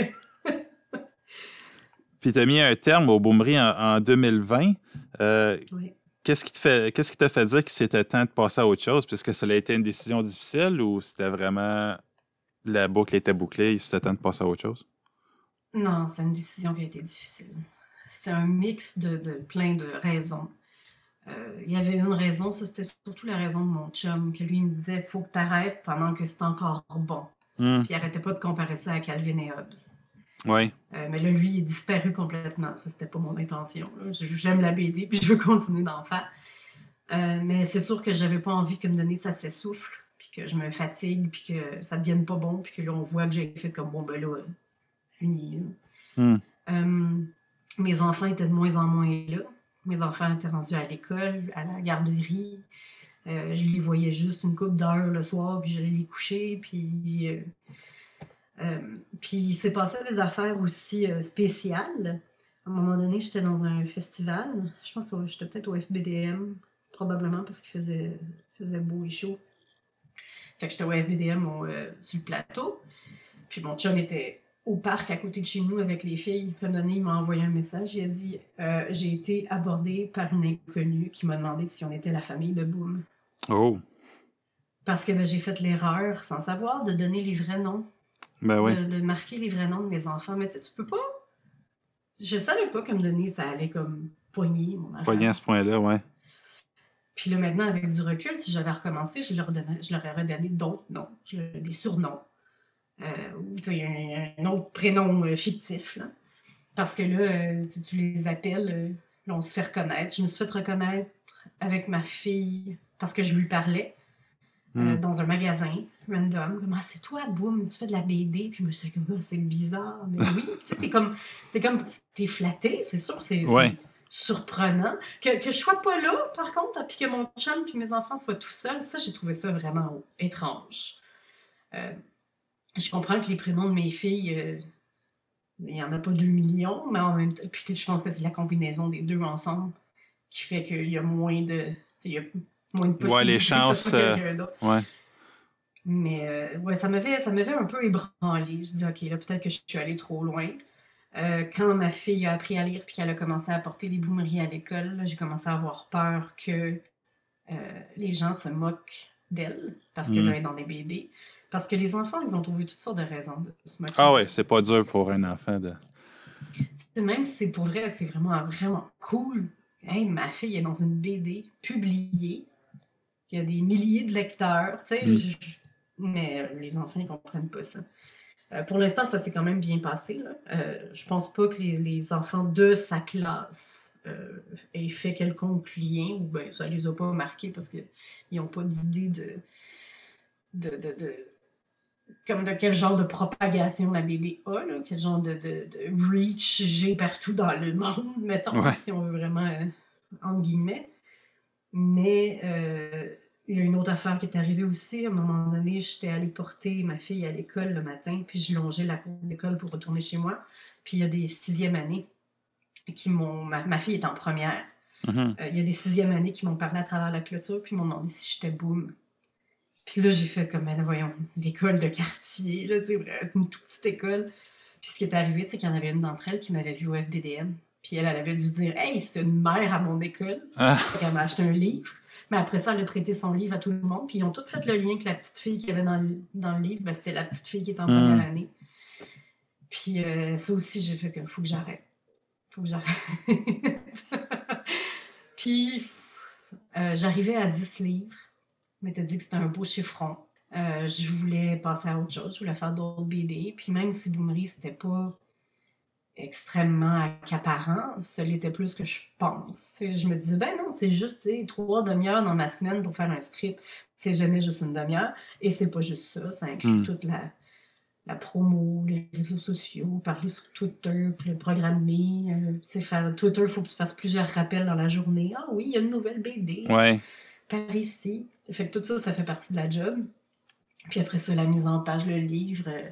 Puis tu as mis un terme au Boomery en, en deux mille vingt. Euh, oui. Qu'est-ce qui te fait, qu'est-ce qui t'a fait dire que c'était temps de passer à autre chose? Puisque ça a été une décision difficile ou c'était vraiment la boucle était bouclée et c'était temps de passer à autre chose? Non, c'est une décision qui a été difficile. C'était un mix de, de plein de raisons. Euh, il y avait une raison, ça c'était surtout la raison de mon chum, que lui il me disait « faut que tu arrêtes pendant que c'est encore bon. Mm. » Puis il arrêtait pas de comparer ça à Calvin et Hobbes. Oui. Euh, mais là, lui, il est disparu complètement. Ça, c'était pas mon intention. Là. J'aime la B D, puis je veux continuer d'en faire. Euh, mais c'est sûr que j'avais pas envie que me donner ça s'essouffle, puis que je me fatigue, puis que ça devienne pas bon, puis que là, on voit que j'ai fait comme bon, ben là, fini. Mm. Euh, mes enfants étaient de moins en moins là. Mes enfants étaient rendus à l'école, à la garderie. Euh, je les voyais juste une couple d'heures le soir, puis j'allais les coucher, puis... Euh, Euh, puis il s'est passé des affaires aussi euh, spéciales. À un moment donné, j'étais dans un festival. Je pense que j'étais peut-être au F B D M, probablement parce qu'il faisait, faisait beau et chaud. Fait que j'étais au F B D M au, euh, sur le plateau. Puis mon chum était au parc à côté de chez nous avec les filles. À un moment donné, il m'a envoyé un message. Il a dit euh, « J'ai été abordée par une inconnue qui m'a demandé si on était la famille de Boom. » Oh! Parce que ben, j'ai fait l'erreur, sans savoir, de donner les vrais noms. Ben oui. de, de marquer les vrais noms de mes enfants. Mais tu sais, tu peux pas... Je savais pas que me donner, ça allait comme poigner mon enfant. Poigner à ce point-là, ouais. Puis là, maintenant, avec du recul, si j'avais recommencé, je leur, donnais, je leur aurais donné d'autres noms, je, des surnoms. Euh, ou tu sais, un, un autre prénom euh, fictif, là. Parce que là, euh, tu, tu les appelles, euh, là, on se fait reconnaître. Je me suis fait reconnaître avec ma fille parce que je lui parlais. Euh, mm. Dans un magasin random, comme ah, c'est toi, boum, tu fais de la B D, puis moi je suis comme oh, c'est bizarre, mais oui, tu sais, t'es comme, t'es comme, t'es flatté, c'est sûr, c'est, ouais. c'est surprenant. Que, que je sois pas là, par contre, puis que mon chum puis mes enfants soient tout seuls, ça, j'ai trouvé ça vraiment étrange. Euh, je comprends que les prénoms de mes filles, euh, il n'y en a pas deux millions, mais en même temps, puis je pense que c'est la combinaison des deux ensemble qui fait qu'il y a moins de, il y a moins de Ouais, les possibilités que ce chances. soit euh, quelqu'un d'autre. Ouais. Mais euh, ouais, ça m'avait, ça m'avait un peu ébranlée. Je dis, OK, là, peut-être que je suis allée trop loin. Euh, quand ma fille a appris à lire puis qu'elle a commencé à porter les boomeries à l'école, là, j'ai commencé à avoir peur que euh, les gens se moquent d'elle parce que là, Mm. elle est dans des B D. Parce que les enfants, ils vont trouver toutes sortes de raisons de se moquer Ah ouais, d'elle. c'est pas dur pour un enfant de. T'sais, même si c'est pour vrai, c'est vraiment, vraiment cool. Hey, ma fille est dans une B D publiée. Il y a des milliers de lecteurs, tu sais. Mm. je- Mais euh, les enfants, ils comprennent pas ça. Euh, pour l'instant, ça s'est quand même bien passé, là. Euh, je pense pas que les, les enfants de sa classe euh, aient fait quelconque lien, ou ben ça les a pas marqués parce qu'ils n'ont pas d'idée de, de, de, de- comme de quel genre de propagation la B D a, là, quel genre de, de, de reach j'ai partout dans le monde, mettons, Ouais. si on veut vraiment, euh, entre guillemets. Mais euh, il y a une autre affaire qui est arrivée aussi. À un moment donné, j'étais allée porter ma fille à l'école le matin, puis je longeais la cour d'école pour retourner chez moi. Puis il y a des sixième années qui m'ont... Ma, ma fille est en première. Mhm. Euh, il y a des sixième années qui m'ont parlé à travers la clôture, puis ils m'ont demandé si j'étais boum. Puis là, j'ai fait comme, ben, voyons, l'école de quartier, là, tu sais, vraiment, une toute petite école. Puis ce qui est arrivé, c'est qu'il y en avait une d'entre elles qui m'avait vue au F B D M. Puis elle, elle avait dû dire, hey, c'est une mère à mon école. Ah, Fait qu'elle m'a acheté un livre. Mais après ça, elle a prêté son livre à tout le monde. Puis ils ont tous fait le lien que la petite fille qu'il y avait dans le, dans le livre, ben, c'était la petite fille qui était en Mm. première année. Puis euh, ça aussi, j'ai fait comme, faut que j'arrête. Faut que j'arrête. Puis euh, j'arrivais à dix livres. Je m'étais dit que c'était un beau chiffron. Euh, je voulais passer à autre chose. Je voulais faire d'autres B D. Puis même si Boomery, c'était pas extrêmement accaparant, ça l'était plus que je pense. T'sais, je me disais, ben non, c'est juste t'sais, trois demi-heures dans ma semaine pour faire un strip. C'est jamais juste une demi-heure. Et c'est pas juste ça. Ça inclut Mm. toute la, la promo, les réseaux sociaux, parler sur Twitter, puis le programmer. Euh, t'sais, faire Twitter, il faut que tu fasses plusieurs rappels dans la journée. Ah oui, il y a une nouvelle B D Ouais. par ici. Fait que tout ça, ça fait partie de la job. Puis après ça, la mise en page, le livre, euh,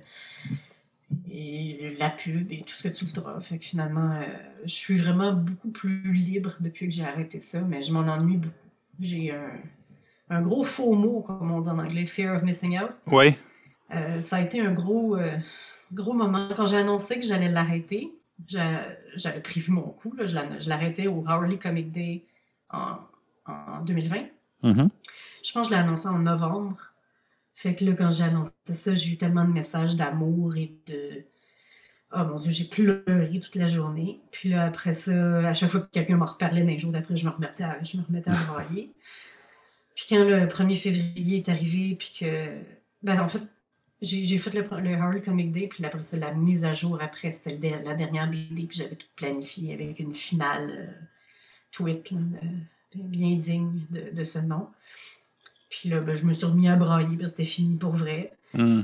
et la pub et tout ce que tu voudras. Fait que finalement, euh, je suis vraiment beaucoup plus libre depuis que j'ai arrêté ça, mais je m'en ennuie beaucoup. J'ai un, un gros faux mot, comme on dit en anglais, fear of missing out. Ouais. Euh, ça a été un gros, euh, gros moment. Quand j'ai annoncé que j'allais l'arrêter, j'a- j'avais prévu mon coup. Là, je la- je l'arrêtais au Hourly Comic Day en, en deux mille vingt. Mhm. Je pense que je l'ai annoncé en novembre. Fait que là, quand j'ai annoncé ça, j'ai eu tellement de messages d'amour et de... Oh mon Dieu, j'ai pleuré toute la journée. Puis là, après ça, à chaque fois que quelqu'un me reparlait d'un jour d'après, je me remettais à, je me remettais à brailler. Puis quand le premier février est arrivé, puis que... Ben, en fait, j'ai, j'ai fait le, le Hourly Comic Day, puis après ça, la mise à jour après, c'était le der- la dernière B D, puis j'avais tout planifié avec une finale euh, tweet, là, euh, bien digne de, de ce nom. Puis là, ben, je me suis remis à brailler, parce que c'était fini pour vrai. Mm.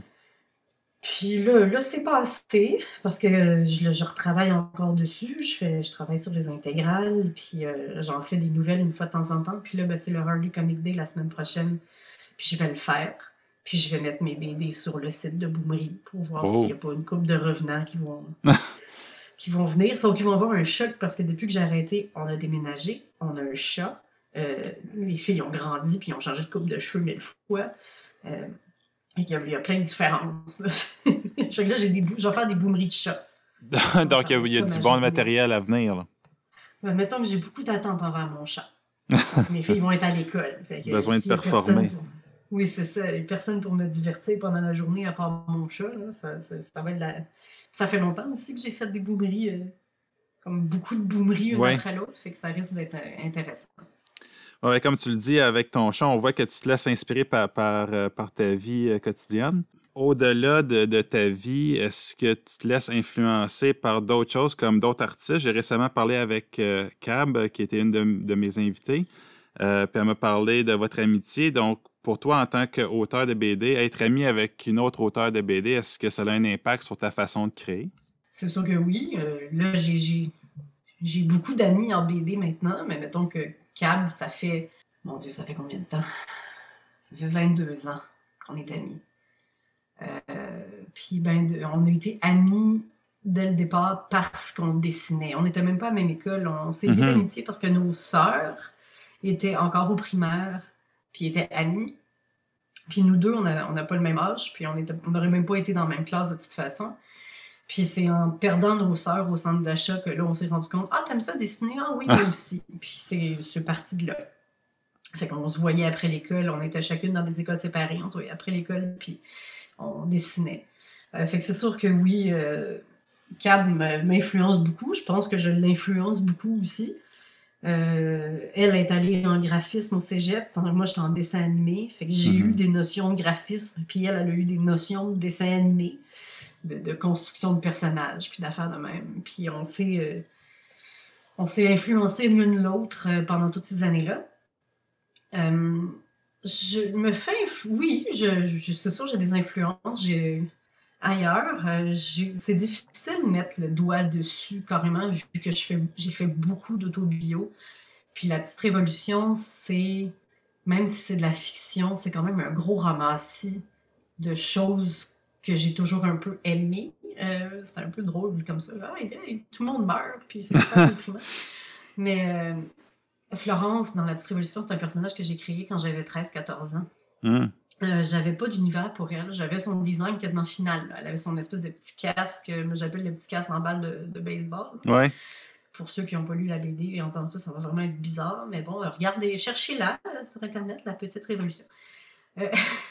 Puis là, là c'est passé, parce que je, je retravaille encore dessus. Je, fais, je travaille sur les intégrales, puis euh, j'en fais des nouvelles une fois de temps en temps. Puis là, ben, c'est le Hourly Comic Day la semaine prochaine, puis je vais le faire. Puis je vais mettre mes B D sur le site de Boomery pour voir Oh. s'il n'y a pas une couple de revenants qui vont, qui vont venir. Sauf qu'ils vont avoir un choc, parce que depuis que j'ai arrêté, on a déménagé, on a un chat. Euh, les filles ont grandi, puis ils ont changé de coupe de cheveux mille fois. Euh, et il y, a, il y a plein de différences. Là. Fait que là, j'ai des bou- je vais faire des boomeries de chat. Donc, il y a, y a du bon matériel à venir. Là. Ben, mettons que j'ai beaucoup d'attentes envers mon chat. Parce que mes filles vont être à l'école. Fait que Besoin de s'il y a performer. personne pour- Oui, c'est ça. Il y a personne pour me divertir pendant la journée à part mon chat. Là. Ça, ça, ça va être la... ça fait longtemps aussi que j'ai fait des boomeries, euh, comme beaucoup de boomeries une Ouais. après l'autre. Fait que ça risque d'être euh, intéressant. Ouais, comme tu le dis, avec ton chat, on voit que tu te laisses inspirer par, par, euh, par ta vie euh, quotidienne. Au-delà de, de ta vie, est-ce que tu te laisses influencer par d'autres choses comme d'autres artistes? J'ai récemment parlé avec euh, Cab, qui était une de, de mes invitées, euh, puis elle m'a parlé de votre amitié. Donc, pour toi, en tant qu'auteur de B D, être ami avec une autre auteure de B D, est-ce que ça a un impact sur ta façon de créer? C'est sûr que oui. Euh, là, j'ai, j'ai, j'ai beaucoup d'amis en B D maintenant, mais mettons que Cab, ça fait... Mon Dieu, ça fait combien de temps? Ça fait vingt-deux ans qu'on est amis. puis ben, de, on a été amis dès le départ parce qu'on dessinait. On n'était même pas à la même école. On s'est liés Mhm. d'amitié parce que nos sœurs étaient encore au primaire, puis étaient amies. Puis nous deux, on n'a on a pas le même âge, puis on n'aurait même pas été dans la même classe de toute façon. Puis c'est en perdant nos sœurs au centre d'achat que là, on s'est rendu compte « Ah, t'aimes ça dessiner? Ah oui, moi aussi. » Puis c'est, c'est parti de là. Fait qu'on se voyait après l'école, on était chacune dans des écoles séparées, on se voyait après l'école, puis on dessinait. Euh, fait que c'est sûr que oui, euh, Cab m'influence beaucoup, je pense que je l'influence beaucoup aussi. Euh, elle est allée en graphisme au cégep, tandis que moi j'étais en dessin animé, fait que j'ai Mhm. eu des notions de graphisme, puis elle, elle a eu des notions de dessin animé, de, de construction de personnages, puis d'affaires de même. Puis on s'est, euh, on s'est influencé l'une l'autre euh, pendant toutes ces années-là. Euh, je me fais... inf- Oui, je, je- c'est sûr, j'ai des influences. J'ai... Ailleurs, euh, j'ai- c'est difficile de mettre le doigt dessus carrément, vu que je fais, j'ai fait beaucoup d'autobio. Puis La Petite Révolution, c'est... Même si c'est de la fiction, c'est quand même un gros ramassis de choses que j'ai toujours un peu aimées. Euh, c'est un peu drôle dit comme ça. Ah, hey, hey, tout le monde meurt, puis c'est super déprimant. Mais... euh, Florence, dans La Petite Révolution, c'est un personnage que j'ai créé quand j'avais treize quatorze ans. Mhm. Euh, j'avais pas d'univers pour elle. J'avais son design quasiment final. Là. Elle avait son espèce de petit casque, euh, moi j'appelle le petit casque en balle de, de baseball. Ouais. Pour ceux qui n'ont pas lu la B D et entendent ça, ça va vraiment être bizarre. Mais bon, euh, regardez, cherchez-la là, sur Internet, La Petite Révolution. Euh,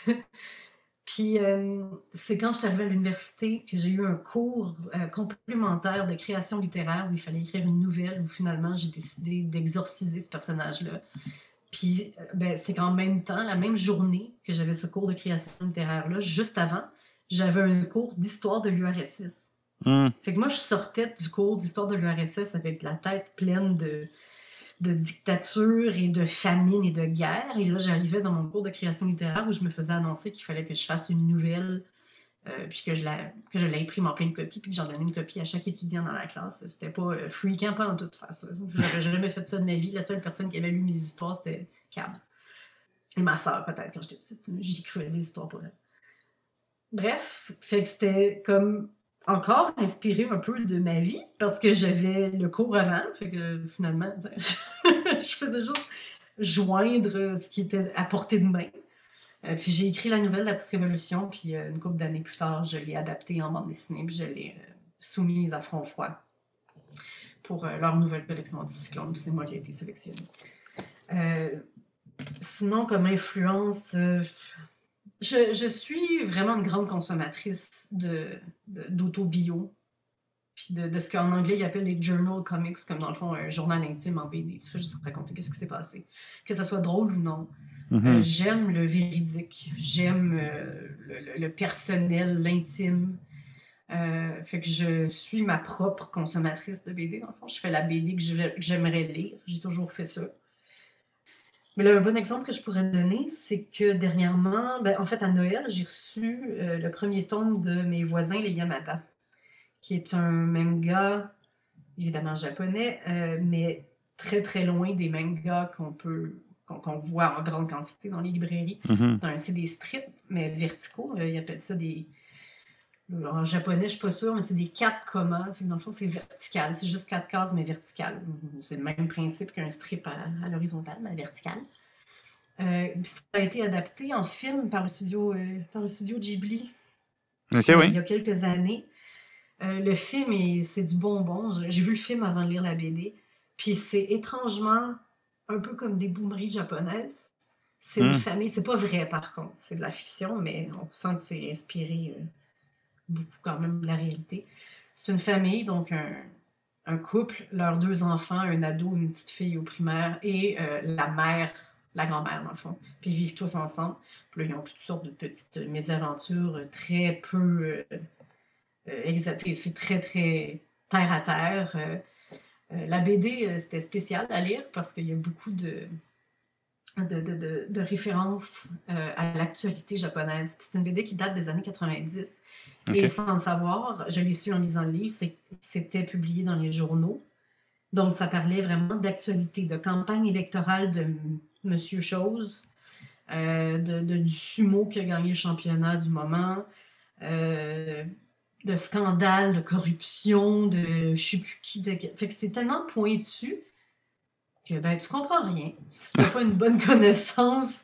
Puis euh, c'est quand je suis arrivée à l'université que j'ai eu un cours euh, complémentaire de création littéraire où il fallait écrire une nouvelle, où finalement j'ai décidé d'exorciser ce personnage-là. Puis ben, c'est qu'en même temps, la même journée que j'avais ce cours de création littéraire-là, juste avant, j'avais un cours d'histoire de l'U R S S. Mhm. Fait que moi, je sortais du cours d'histoire de l'U R S S avec la tête pleine de, de dictature et de famine et de guerre. Et là, j'arrivais dans mon cours de création littéraire où je me faisais annoncer qu'il fallait que je fasse une nouvelle, euh, puis que je, la, que je l'imprime en plein de copies, puis que j'en donnais une copie à chaque étudiant dans la classe. C'était pas euh, freakant, pas en toute façon. J'avais jamais fait ça de ma vie. La seule personne qui avait lu mes histoires, c'était Cab. Et ma sœur, peut-être, quand j'étais petite. J'y écrivais des histoires pour elle. Bref, fait que c'était comme encore inspiré un peu de ma vie, parce que j'avais le cours avant, fait que finalement, je faisais juste joindre ce qui était à portée de main. Euh, puis j'ai écrit la nouvelle La Petite Révolution, puis euh, une couple d'années plus tard, je l'ai adaptée en bande dessinée, puis je l'ai euh, soumise à Front Froid pour euh, leur nouvelle collection Anticyclone, puis c'est moi qui ai été sélectionnée. Euh, sinon, comme influence, euh, je, je suis vraiment une grande consommatrice de, de, d'auto-bio, puis de, de ce qu'en anglais ils appellent les journal comics, comme dans le fond un journal intime en B D. Tu fais juste raconter qu'est-ce qui s'est passé, que ça soit drôle ou non. Mhm. Euh, j'aime le véridique, j'aime euh, le, le, le personnel, l'intime. Euh, fait que je suis ma propre consommatrice de B D, dans le fond. Je fais la B D que, je, que j'aimerais lire. J'ai toujours fait ça. Mais là, un bon exemple que je pourrais donner, c'est que dernièrement, ben, en fait, à Noël, j'ai reçu euh, le premier tome de Mes voisins, les Yamata, qui est un manga, évidemment japonais, euh, mais très très loin des mangas qu'on peut qu'on, qu'on voit en grande quantité dans les librairies. Mhm. C'est un, c'est des strips, mais verticaux. Euh, ils appellent ça des... En japonais, je suis pas sûre, mais c'est des quatre commas. Fait que dans le fond, c'est vertical. C'est juste quatre cases, mais vertical. C'est le même principe qu'un strip à, à l'horizontale, mais vertical. Euh, ça a été adapté en film par le studio, euh, par le studio Ghibli Ok, euh, oui. il y a quelques années. Euh, le film, est, c'est du bonbon. J'ai vu le film avant de lire la B D. Puis c'est étrangement un peu comme des boomeries japonaises. C'est une Mm. famille. C'est pas vrai, par contre. C'est de la fiction, mais on sent que c'est inspiré euh, beaucoup quand même de la réalité. C'est une famille, donc un, un couple, leurs deux enfants, un ado, une petite fille au primaire, et euh, la mère, la grand-mère, dans le fond. Puis ils vivent tous ensemble. Puis là, ils ont toutes sortes de petites mésaventures très peu... Euh, euh, exact, c'est très, très terre à terre. Euh, euh, la B D, euh, c'était spécial à lire parce qu'il y a beaucoup de, de, de, de, de références euh, à l'actualité japonaise. Puis c'est une B D qui date des années quatre-vingt-dix. Ok. Et sans le savoir, je l'ai su en lisant le livre, c'est, c'était publié dans les journaux. Donc, ça parlait vraiment d'actualité, de campagne électorale de M. Monsieur Chose, euh, de, de, du sumo qui a gagné le championnat du moment. Euh, de scandales, de corruption, de je sais plus qui. De... Fait que c'est tellement pointu que ben, tu comprends rien. Si t'as pas une bonne connaissance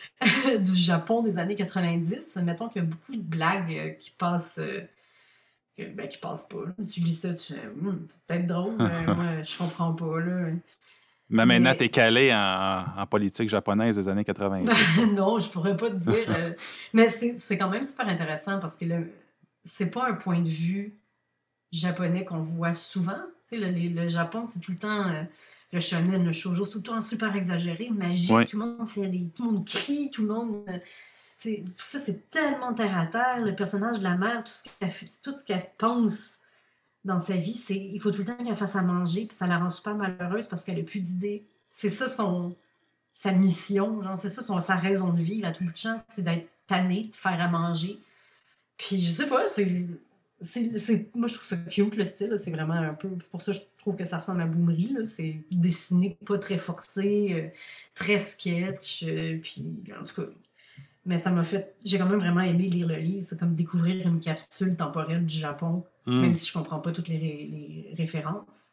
du Japon des années quatre-vingt-dix, mettons qu'il y a beaucoup de blagues euh, qui passent. Euh, que, ben, qui passent pas. Là. Tu lis ça, tu fais hm, c'est peut-être drôle, mais moi, je comprends pas. Là. Mais maintenant, Mais- t'es calé en, en politique japonaise des années quatre-vingt-dix. Ben, non, je pourrais pas te dire. euh, Mais c'est c'est quand même super intéressant parce que le- c'est pas un point de vue japonais qu'on voit souvent. Tu sais, le, le- le Japon, c'est tout le temps euh, le shonen, le shoujo, c'est tout le temps super exagéré, magique, Oui. tout le monde fait des. Tout le monde crie, tout le monde. euh, tu sais, ça, c'est tellement terre à terre. Le personnage de la mère, tout ce qu'elle fait- tout ce qu'elle pense dans sa vie, c'est il faut tout le temps qu'elle fasse à manger, puis ça la rend super malheureuse parce qu'elle a plus d'idées. C'est ça son sa mission, genre, c'est ça son, sa raison de vie, là, tout le temps, c'est d'être tannée, de faire à manger. Puis je sais pas, c'est, c'est, c'est- moi je trouve ça cute le style, là, c'est vraiment un peu, pour ça je trouve que ça ressemble à Boomery, là, c'est dessiné pas très forcé, euh, très sketch, euh, puis en tout cas, mais ça m'a fait, j'ai quand même vraiment aimé lire le livre, c'est comme découvrir une capsule temporelle du Japon, Mm. même si je comprends pas toutes les, ré- les références.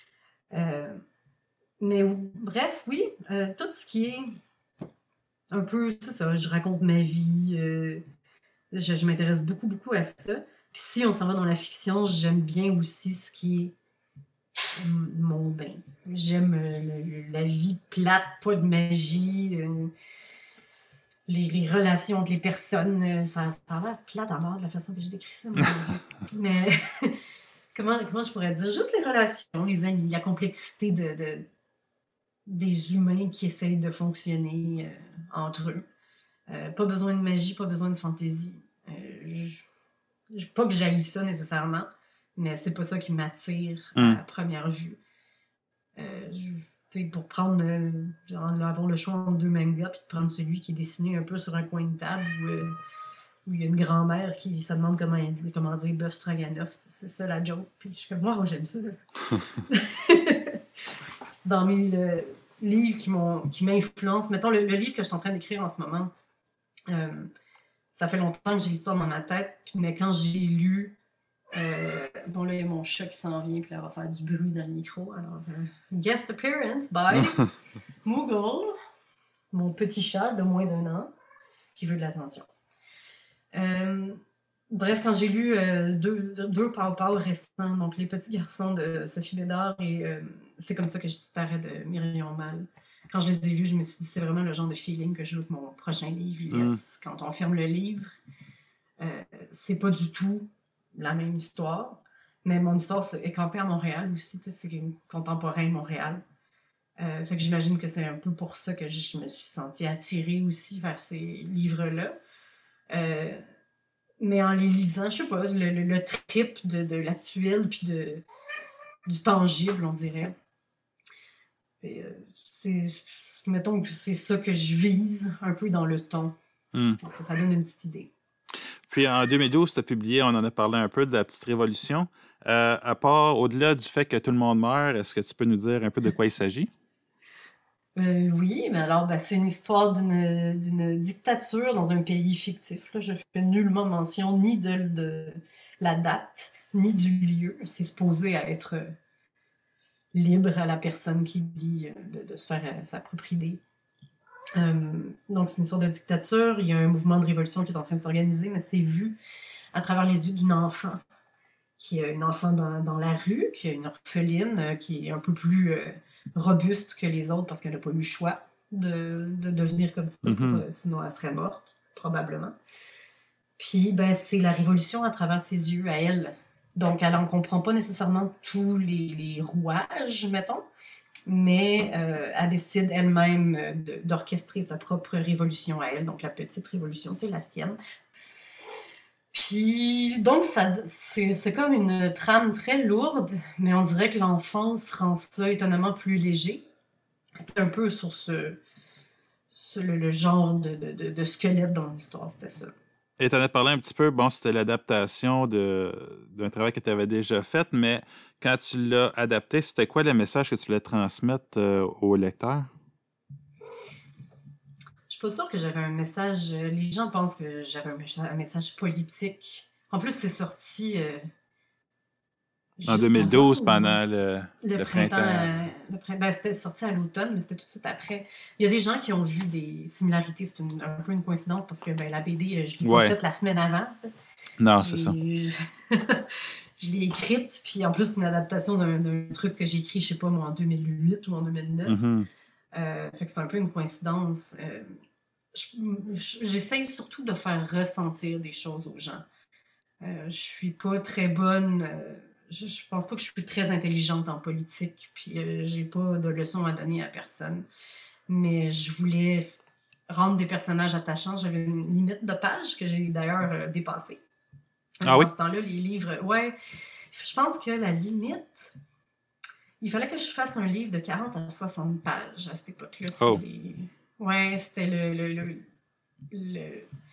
Euh, mais bref, oui, euh, tout ce qui est un peu, c'est ça, je raconte ma vie, euh, je, je m'intéresse beaucoup, beaucoup à ça. Puis si on s'en va dans la fiction, j'aime bien aussi ce qui est hum, mondain. J'aime euh, le- le- la vie plate, pas de magie, euh, les, les relations entre les personnes. euh, ça, ça a l'air plate à mort de la façon que j'ai décrit ça, mon Dieu. Mais comment, comment je pourrais dire? Juste les relations, les amis, la complexité de, de- des humains qui essayent de fonctionner euh, entre eux. Euh, pas besoin de magie, pas besoin de fantaisie. Euh, je- pas que j'haïs ça nécessairement, mais c'est pas ça qui m'attire Mm. à première vue. Euh, je- tu sais, pour prendre, euh, genre, avoir le choix entre deux mangas, puis de prendre celui qui est dessiné un peu sur un coin de table où, euh, où il y a une grand-mère qui se demande comment, elle dit, comment dire bœuf stroganoff. C'est ça la joke. Puis je suis comme, wow, j'aime ça. Dans mes euh, livres qui, m'ont, qui m'influencent, mettons le, le livre que je suis en train d'écrire en ce moment, euh, ça fait longtemps que j'ai l'histoire dans ma tête, mais quand j'ai lu, euh, bon là il y a mon chat qui s'en vient, puis là, elle va faire du bruit dans le micro. Alors, euh, guest appearance by Moogle, mon petit chat de moins d'un an qui veut de l'attention. Euh, bref, quand j'ai lu euh, deux, deux Pau-Pau récents, donc Les Petits Garçons de Sophie Bédard et euh, C'est comme ça que je disparais de Myriam Mal. Quand je les ai lus, je me suis dit c'est vraiment le genre de feeling que je veux que mon prochain livre laisse. Mm. Quand on ferme le livre, euh, c'est pas du tout la même histoire, mais mon histoire est campée à Montréal aussi, c'est contemporain Montréal. Euh, fait que j'imagine que c'est un peu pour ça que je me suis sentie attirée aussi vers ces livres-là. Euh, mais en les lisant, je sais pas, le, le, le trip de, de l'actuel puis de, du tangible, on dirait. Et, euh, c'est, mettons que c'est ça que je vise un peu dans le ton. Mm. Donc ça, ça donne une petite idée. Puis en deux mille douze, tu as publié, on en a parlé un peu, de La Petite Révolution. Euh, à part, au-delà du fait que tout le monde meurt, est-ce que tu peux nous dire un peu de quoi il s'agit? Euh, oui, mais alors, ben, c'est une histoire d'une, d'une dictature dans un pays fictif. Là. Je fais nullement mention ni de, de la date, ni du lieu. C'est supposé être libre à la personne qui lit de, de se faire sa propre idée. Euh, donc, c'est une histoire de dictature. Il y a un mouvement de révolution qui est en train de s'organiser, mais c'est vu à travers les yeux d'une enfant, qui est une enfant dans, dans la rue, qui est une orpheline, qui est un peu plus euh, robuste que les autres parce qu'elle n'a pas eu le choix de, de devenir comme ça, mm-hmm. pour, euh, sinon elle serait morte, probablement. Puis, ben, c'est la révolution à travers ses yeux, à elle. Donc, elle n'en comprend pas nécessairement tous les, les rouages, mettons, mais euh, elle décide elle-même de, d'orchestrer sa propre révolution à elle. Donc, la petite révolution, c'est la sienne. Puis, donc, ça, c'est, c'est comme une trame très lourde, mais on dirait que l'enfance rend ça étonnamment plus léger. C'est un peu sur ce, ce le, le genre de, de, de squelette dans l'histoire, c'était ça. Et tu en as parlé un petit peu, bon, c'était l'adaptation de, d'un travail que tu avais déjà fait, mais quand tu l'as adapté, c'était quoi le message que tu voulais transmettre euh, au lecteur? Je suis pas sûre que j'avais un message... Les gens pensent que j'avais un message politique En plus, c'est sorti euh, En juste deux mille douze, avant, pendant le, le, le printemps. printemps. euh, le prin- ben, c'était sorti à l'automne, mais c'était tout de suite après. Il y a des gens qui ont vu des similarités. C'est une- un peu une coïncidence parce que ben, la B D, euh, je l'ai pas Ouais. faite la semaine avant. tu sais. Non, Je c'est ça. l'ai je l'ai écrite, puis en plus, c'est une adaptation d'un d'un truc que j'ai écrit, je sais pas moi, en deux mille huit ou en deux mille neuf. Mhm. Euh, fait que c'est un peu une coïncidence. Euh, je- je- J'essaye surtout de faire ressentir des choses aux gens. Euh, je suis pas très bonne. euh, je, je pense pas que je suis très intelligente en politique, puis euh, j'ai pas de leçons à donner à personne. Mais je voulais rendre des personnages attachants. J'avais une limite de pages que j'ai d'ailleurs euh, dépassée. Euh, Ah oui? Dans ce temps-là, les livres. Ouais, je pense que la limite. Il fallait que je fasse un livre de quarante à soixante pages à cette époque-là. C'était Oh. les... Ouais, c'était le, le, le, le,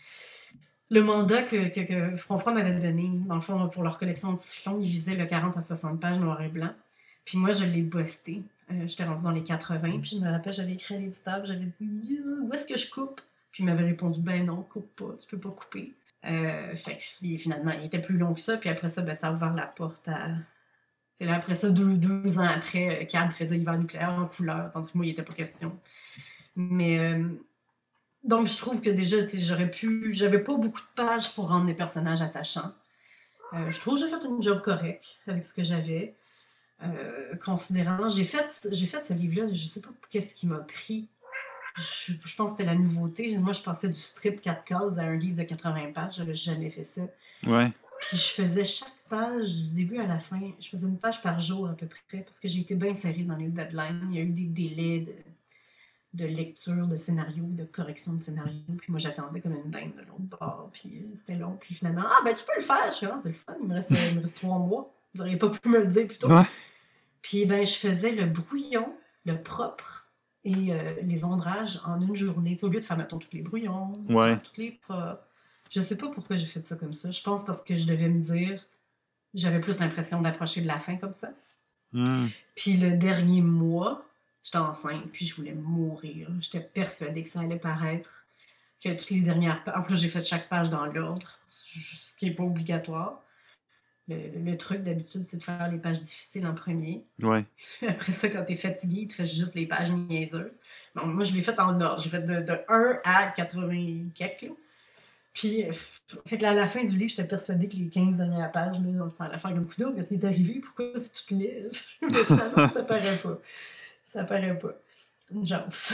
le mandat que, que, que Fronfroid m'avait donné. Dans le fond, pour leur collection de Cyclone, ils visaient le quarante à soixante pages noir et blanc. Puis moi, je l'ai busté. Euh, J'étais rendue dans les quatre-vingts. Puis je me rappelle, j'avais écrit à l'éditeur, j'avais dit « Où est-ce que je coupe? » Puis il m'avait répondu « Ben non, coupe pas, tu peux pas couper. Euh, » Fait que finalement, il était plus long que ça. Puis après ça, ben, ça a ouvert la porte à... C'est là, après ça, deux, deux ans après, euh, Cab faisait Hiver nucléaire en couleur, tandis que moi, il n'était pas question. Mais euh, donc, je trouve que déjà, tu sais, j'aurais pu. J'avais pas beaucoup de pages pour rendre des personnages attachants. Euh, je trouve que j'ai fait une job correcte avec ce que j'avais. Euh, considérant. J'ai fait, j'ai fait ce livre-là, je sais pas qu'est-ce qui m'a pris. Je, je pense que c'était la nouveauté. Moi, je passais du strip quatre cases à un livre de quatre-vingts pages. J'avais jamais fait ça. Ouais. Puis je faisais chaque page du début à la fin. Je faisais une page par jour à peu près parce que j'ai été bien serrée dans les deadlines. Il y a eu des délais de, de lecture de scénario, de correction de scénario. Puis moi, j'attendais comme une dingue de l'autre bord. Puis c'était long. Puis finalement, ah ben tu peux le faire. Je suis ah, c'est le fun. Il me reste, il me reste trois mois. Vous n'auriez pas pu me le dire plus tôt. Ouais. Puis ben, je faisais le brouillon, le propre et euh, les ombrages en une journée. T'sais, au lieu de faire, mettons, tous les brouillons, Ouais. faire tous les propres. Je sais pas pourquoi j'ai fait ça comme ça. Je pense parce que je devais me dire, j'avais plus l'impression d'approcher de la fin comme ça. Mm. Puis le dernier mois, j'étais enceinte, puis je voulais mourir. J'étais persuadée que ça allait paraître, que toutes les dernières pages... En plus, j'ai fait chaque page dans l'ordre, ce qui n'est pas obligatoire. Le, le, le truc d'habitude, c'est de faire les pages difficiles en premier. Ouais. Après ça, quand t'es fatigué, il te reste juste les pages niaiseuses. Bon, moi, je l'ai fait en ordre. J'ai fait de, de un à quatre-vingts quelques, là. Puis, euh, fait que là, à la fin du livre, j'étais persuadée que les quinze dernières pages, là, ça allait faire comme coup d'eau, qu'est-ce qui est arrivé, pourquoi c'est tout laid? Mais finalement, ça paraît pas. Ça paraît pas. Une chance.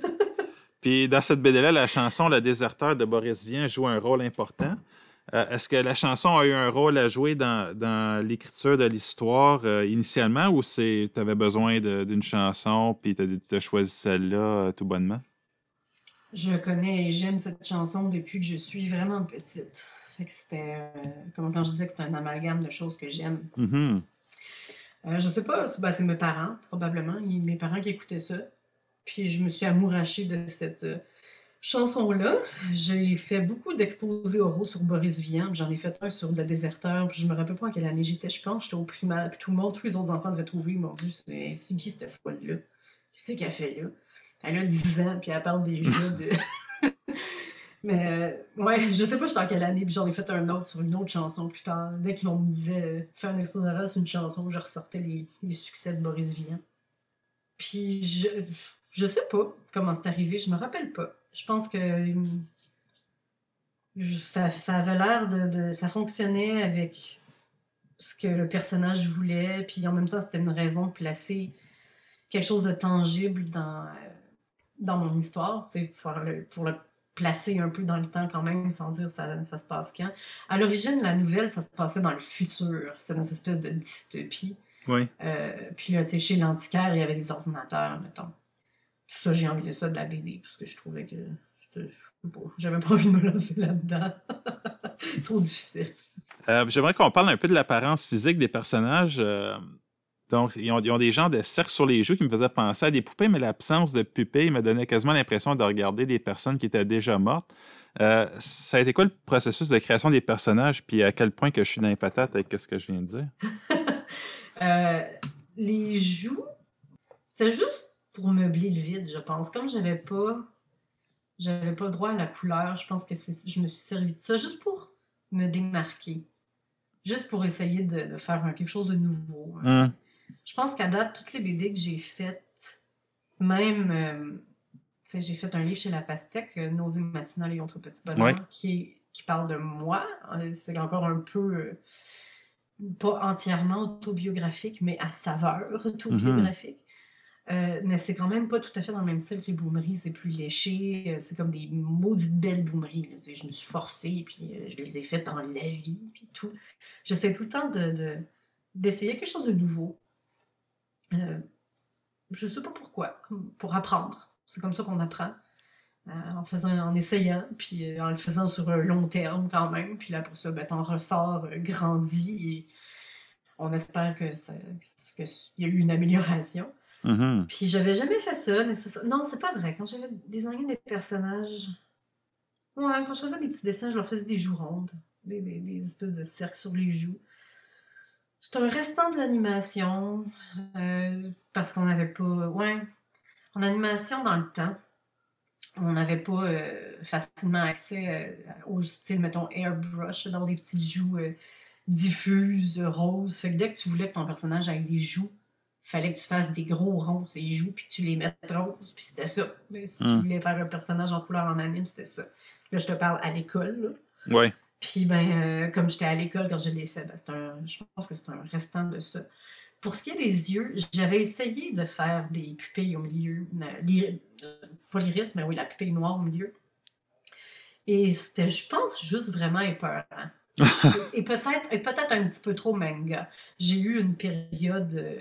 Puis dans cette B D-là, la chanson Le Déserteur de Boris Vian joue un rôle important. Euh, est-ce que la chanson a eu un rôle à jouer dans, dans l'écriture de l'histoire euh, initialement ou c'est tu avais besoin de, d'une chanson puis tu as choisi celle-là euh, tout bonnement? Je connais et j'aime cette chanson depuis que je suis vraiment petite. Fait que c'était, euh, comme quand je disais que c'était un amalgame de choses que j'aime. Mm-hmm. Euh, je sais pas, c'est, ben, c'est mes parents, probablement. Il, mes parents qui écoutaient ça. Puis je me suis amourachée de cette euh, chanson-là. J'ai fait beaucoup d'exposés oraux sur Boris Vian. J'en ai fait un sur Le Déserteur. Puis je me rappelle pas en quelle année j'étais. Je pense que j'étais au primaire. Puis tout le monde, tous les autres enfants devaient trouver. Mon Dieu, c'est, c'est qui cette folle-là? Qu'est-ce qu'elle fait là? Elle a dix ans, puis elle parle déjà de... Mais euh, ouais, je sais pas j'étais en quelle année, puis j'en ai fait un autre sur une autre chanson plus tard. Dès qu'on me disait euh, faire un exposé oral sur une chanson, je ressortais les, les succès de Boris Vian. Puis je, je sais pas comment c'est arrivé, je me rappelle pas. Je pense que ça, ça avait l'air de, de... Ça fonctionnait avec ce que le personnage voulait, puis en même temps, c'était une raison de placer quelque chose de tangible dans... dans mon histoire, pour le, pour le placer un peu dans le temps quand même, sans dire ça, ça se passe quand. À l'origine, la nouvelle, ça se passait dans le futur. C'était une espèce de dystopie. Oui. Euh, puis là, tu sais, chez l'antiquaire, il y avait des ordinateurs, mettons. Tout ça, j'ai enlevé ça de la B D, parce que je trouvais que j'avais pas envie de me lancer là-dedans. Trop difficile. Euh, j'aimerais qu'on parle un peu de l'apparence physique des personnages. Euh... Donc, ils ont, ils ont des genres de cercles sur les joues qui me faisaient penser à des poupées, mais l'absence de pupilles me donnait quasiment l'impression de regarder des personnes qui étaient déjà mortes. Euh, ça a été quoi le processus de création des personnages, puis à quel point que je suis dans les patates avec ce que je viens de dire? euh, les joues, c'était juste pour meubler le vide, je pense. Comme j'avais pas, j'avais pas le droit à la couleur, je pense que c'est, je me suis servi de ça juste pour me démarquer. Juste pour essayer de, de faire un, quelque chose de nouveau. Mm. Je pense qu'à date, toutes les B D que j'ai faites, même, euh, tu sais, j'ai fait un livre chez La Pastèque, euh, Nausées matinales et autres petits bonheurs, Ouais. qui, est, qui parle de moi. Euh, c'est encore un peu, euh, pas entièrement autobiographique, mais à saveur autobiographique. Mm-hmm. Euh, mais c'est quand même pas tout à fait dans le même style que les boomeries, c'est plus léché, euh, c'est comme des maudites belles boomeries. Là, je me suis forcée, puis euh, je les ai faites dans la vie, puis tout. J'essaie tout le temps de, de, d'essayer quelque chose de nouveau. Euh, je sais pas pourquoi, comme pour apprendre. C'est comme ça qu'on apprend, euh, en faisant, en essayant, puis euh, en le faisant sur un long terme quand même. Puis là, pour ça, ben, t'en ressors euh, grandi et on espère que ça, qu'il y a eu une amélioration. Mm-hmm. Puis j'avais jamais fait ça, nécessaire... Non, c'est pas vrai. Quand j'avais designé des personnages... Ouais, quand je faisais des petits dessins, je leur faisais des joues rondes. Des, des, des espèces de cercles sur les joues. C'est un restant de l'animation. Euh, parce qu'on n'avait pas... Ouais. En animation, dans le temps, on n'avait pas euh, facilement accès euh, au style, mettons, airbrush, dans des petites joues euh, diffuses, roses. Fait que dès que tu voulais que ton personnage ait des joues, fallait que tu fasses des gros ronds, ces joues, puis que tu les mettes roses, puis c'était ça. Mais si mm. tu voulais faire un personnage en couleur en anime, c'était ça. Là, je te parle à l'école, là. Ouais. Puis, ben, euh, comme j'étais à l'école quand je l'ai fait, ben, c'est un, je pense que c'est un restant de ça. Pour ce qui est des yeux, j'avais essayé de faire des pupilles au milieu. Euh, pas l'iris, mais oui, la pupille noire au milieu. Et c'était, je pense, juste vraiment épeurant. et, peut-être, et peut-être un petit peu trop manga. J'ai eu une période... Euh,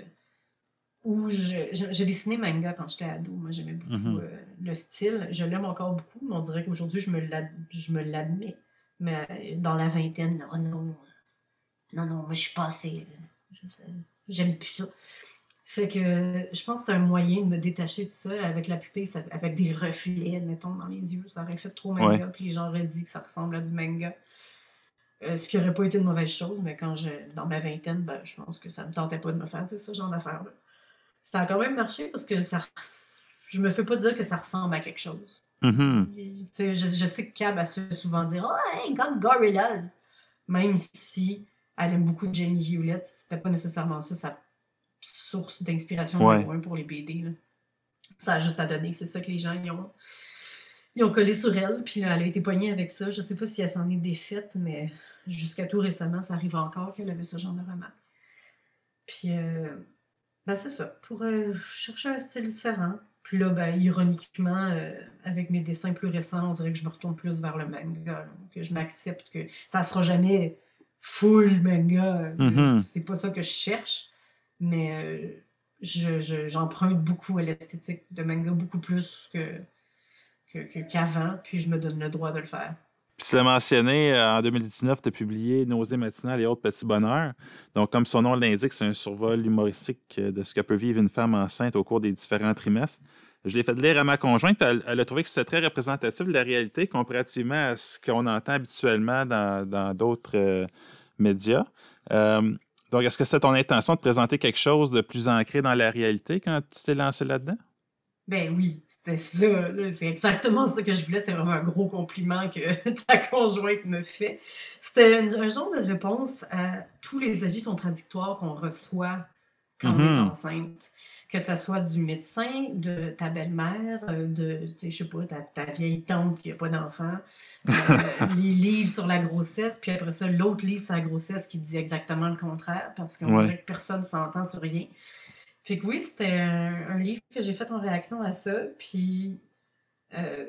où je, je, j'ai dessiné manga quand j'étais ado. Moi, j'aimais beaucoup mm-hmm. euh, le style. Je l'aime encore beaucoup, mais on dirait qu'aujourd'hui, je me, l'ad, je me l'admets. Mais dans la vingtaine, non, non, non, non, moi, je suis passée. J'aime plus ça. Fait que je pense que c'est un moyen de me détacher de ça avec la pupille, ça, avec des reflets, mettons, dans les yeux. Ça aurait fait trop manga, ouais. Puis les gens auraient dit que ça ressemble à du manga. Euh, ce qui n'aurait pas été une mauvaise chose, mais quand je, dans ma vingtaine, ben, je pense que ça me tentait pas de me faire ce genre d'affaires-là. Ça a quand même marché parce que ça, je me fais pas dire que ça ressemble à quelque chose. Mm-hmm. Je, je sais que Cab, elle se fait souvent dire « Oh, hey, got gorillas! » Même si elle aime beaucoup Jenny Hewlett, c'était pas nécessairement ça sa source d'inspiration ouais. numéro un pour les B D. Là. Ça a juste à donner que c'est ça que les gens y ont, ils ont collé sur elle, puis là, elle a été poignée avec ça. Je sais pas si elle s'en est défaite, mais jusqu'à tout récemment, ça arrive encore qu'elle avait ce genre de roman. Puis... Euh, Ben, c'est ça. Pour euh, chercher un style différent. Puis là, ben, ironiquement, euh, avec mes dessins plus récents, on dirait que je me retourne plus vers le manga. Là, que je m'accepte que ça sera jamais full manga. Mm-hmm. C'est pas ça que je cherche. Mais euh, je, je, j'emprunte beaucoup à l'esthétique de manga, beaucoup plus que, que, que, qu'avant. Puis je me donne le droit de le faire. Puis tu l'as mentionné, en deux mille dix-neuf, tu as publié Nausées matinales et autres petits bonheurs. Donc, comme son nom l'indique, c'est un survol humoristique de ce que peut vivre une femme enceinte au cours des différents trimestres. Je l'ai fait lire à ma conjointe, puis elle, elle a trouvé que c'était très représentatif de la réalité comparativement à ce qu'on entend habituellement dans, dans d'autres euh, médias. Euh, donc, est-ce que c'est ton intention de présenter quelque chose de plus ancré dans la réalité quand tu t'es lancé là-dedans? Ben oui. C'était ça, là. C'est exactement ça que je voulais. C'est vraiment un gros compliment que ta conjointe me fait. C'était un, un genre de réponse à tous les avis contradictoires qu'on reçoit quand mm-hmm. on est enceinte. Que ça soit du médecin, de ta belle-mère, de, tu sais, je sais pas, ta, ta vieille tante qui n'a pas d'enfant, euh, les livres sur la grossesse, puis après ça, l'autre livre sur la grossesse qui dit exactement le contraire, parce qu'on ouais. dirait que personne ne s'entend sur rien. Puis que oui, c'était un, un livre que j'ai fait en réaction à ça, puis euh,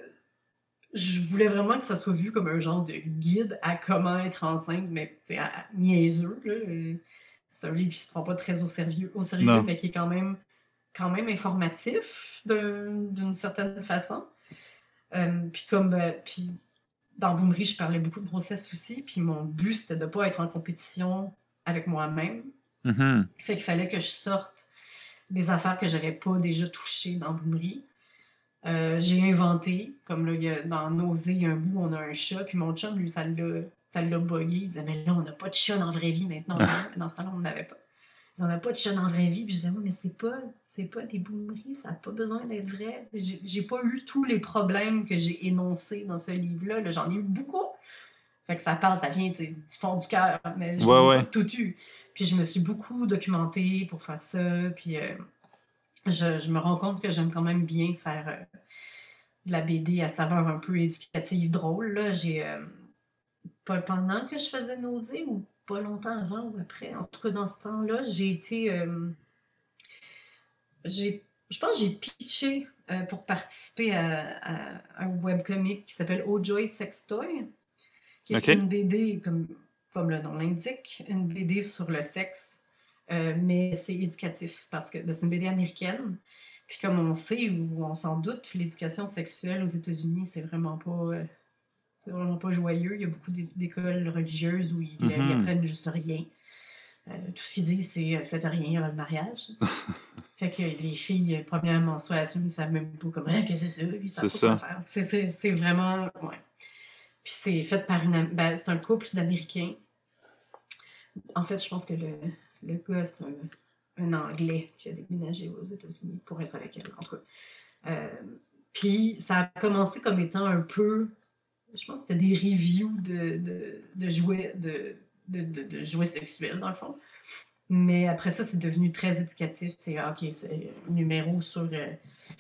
je voulais vraiment que ça soit vu comme un genre de guide à comment être enceinte, mais tu sais, niaiseux, là. C'est un livre qui se prend pas très au sérieux, au sérieux non. mais qui est quand même, quand même informatif d'un, d'une certaine façon. Euh, puis comme, euh, puis dans Boomerie, je parlais beaucoup de grossesse aussi, puis mon but, c'était de pas être en compétition avec moi-même. Mm-hmm. Fait qu'il fallait que je sorte des affaires que j'avais pas déjà touchées dans Boomerie. Euh, j'ai inventé, comme là, y a, dans Nausées, il y a un bout, on a un chat, puis mon chum, lui, ça l'a, ça l'a bugué. Il disait, mais là, on n'a pas de chat dans la vraie vie maintenant. Dans ce temps-là, on n'avait pas. On n'a pas de chat dans la vraie vie. Puis je disais, mais c'est pas, c'est pas des Boomeries, ça n'a pas besoin d'être vrai. J'ai, j'ai pas eu tous les problèmes que j'ai énoncés dans ce livre-là. Là, j'en ai eu beaucoup. Fait que ça parle, ça vient du fond du cœur, mais je ouais, n'ai ouais. pas tout eu. Puis je me suis beaucoup documentée pour faire ça, puis euh, je, je me rends compte que j'aime quand même bien faire euh, de la B D à saveur un peu éducative, drôle. Là. J'ai, euh, pas pendant que je faisais Nausée, ou pas longtemps avant ou après, en tout cas dans ce temps-là, j'ai été... Euh, j'ai, je pense que j'ai pitché euh, pour participer à, à un webcomic qui s'appelle Oh Joy Sextoy, qui est OK. une B D, comme, comme le nom l'indique, une B D sur le sexe, euh, mais c'est éducatif parce que c'est une B D américaine. Puis comme on sait ou on s'en doute, l'éducation sexuelle aux États-Unis, c'est vraiment pas, euh, c'est vraiment pas joyeux. Il y a beaucoup d'écoles religieuses où ils, Mm-hmm. ils apprennent juste rien. Euh, tout ce qu'ils disent, c'est euh, faites rien avant le mariage. Fait que les filles, première menstruation, ils savent même pas comment que c'est ça. Ils savent C'est pas ça. quoi faire. C'est, c'est, c'est vraiment. Ouais. Puis c'est fait par une. Ben, c'est un couple d'Américains. En fait, je pense que le, le gars, c'est un, un Anglais qui a déménagé aux États-Unis pour être avec elle, en tout cas. Euh, puis ça a commencé comme étant un peu. Je pense que c'était des reviews de, de, de jouets de, de, de, de jouets sexuels, dans le fond. Mais après ça, c'est devenu très éducatif. C'est OK, c'est un numéro sur euh,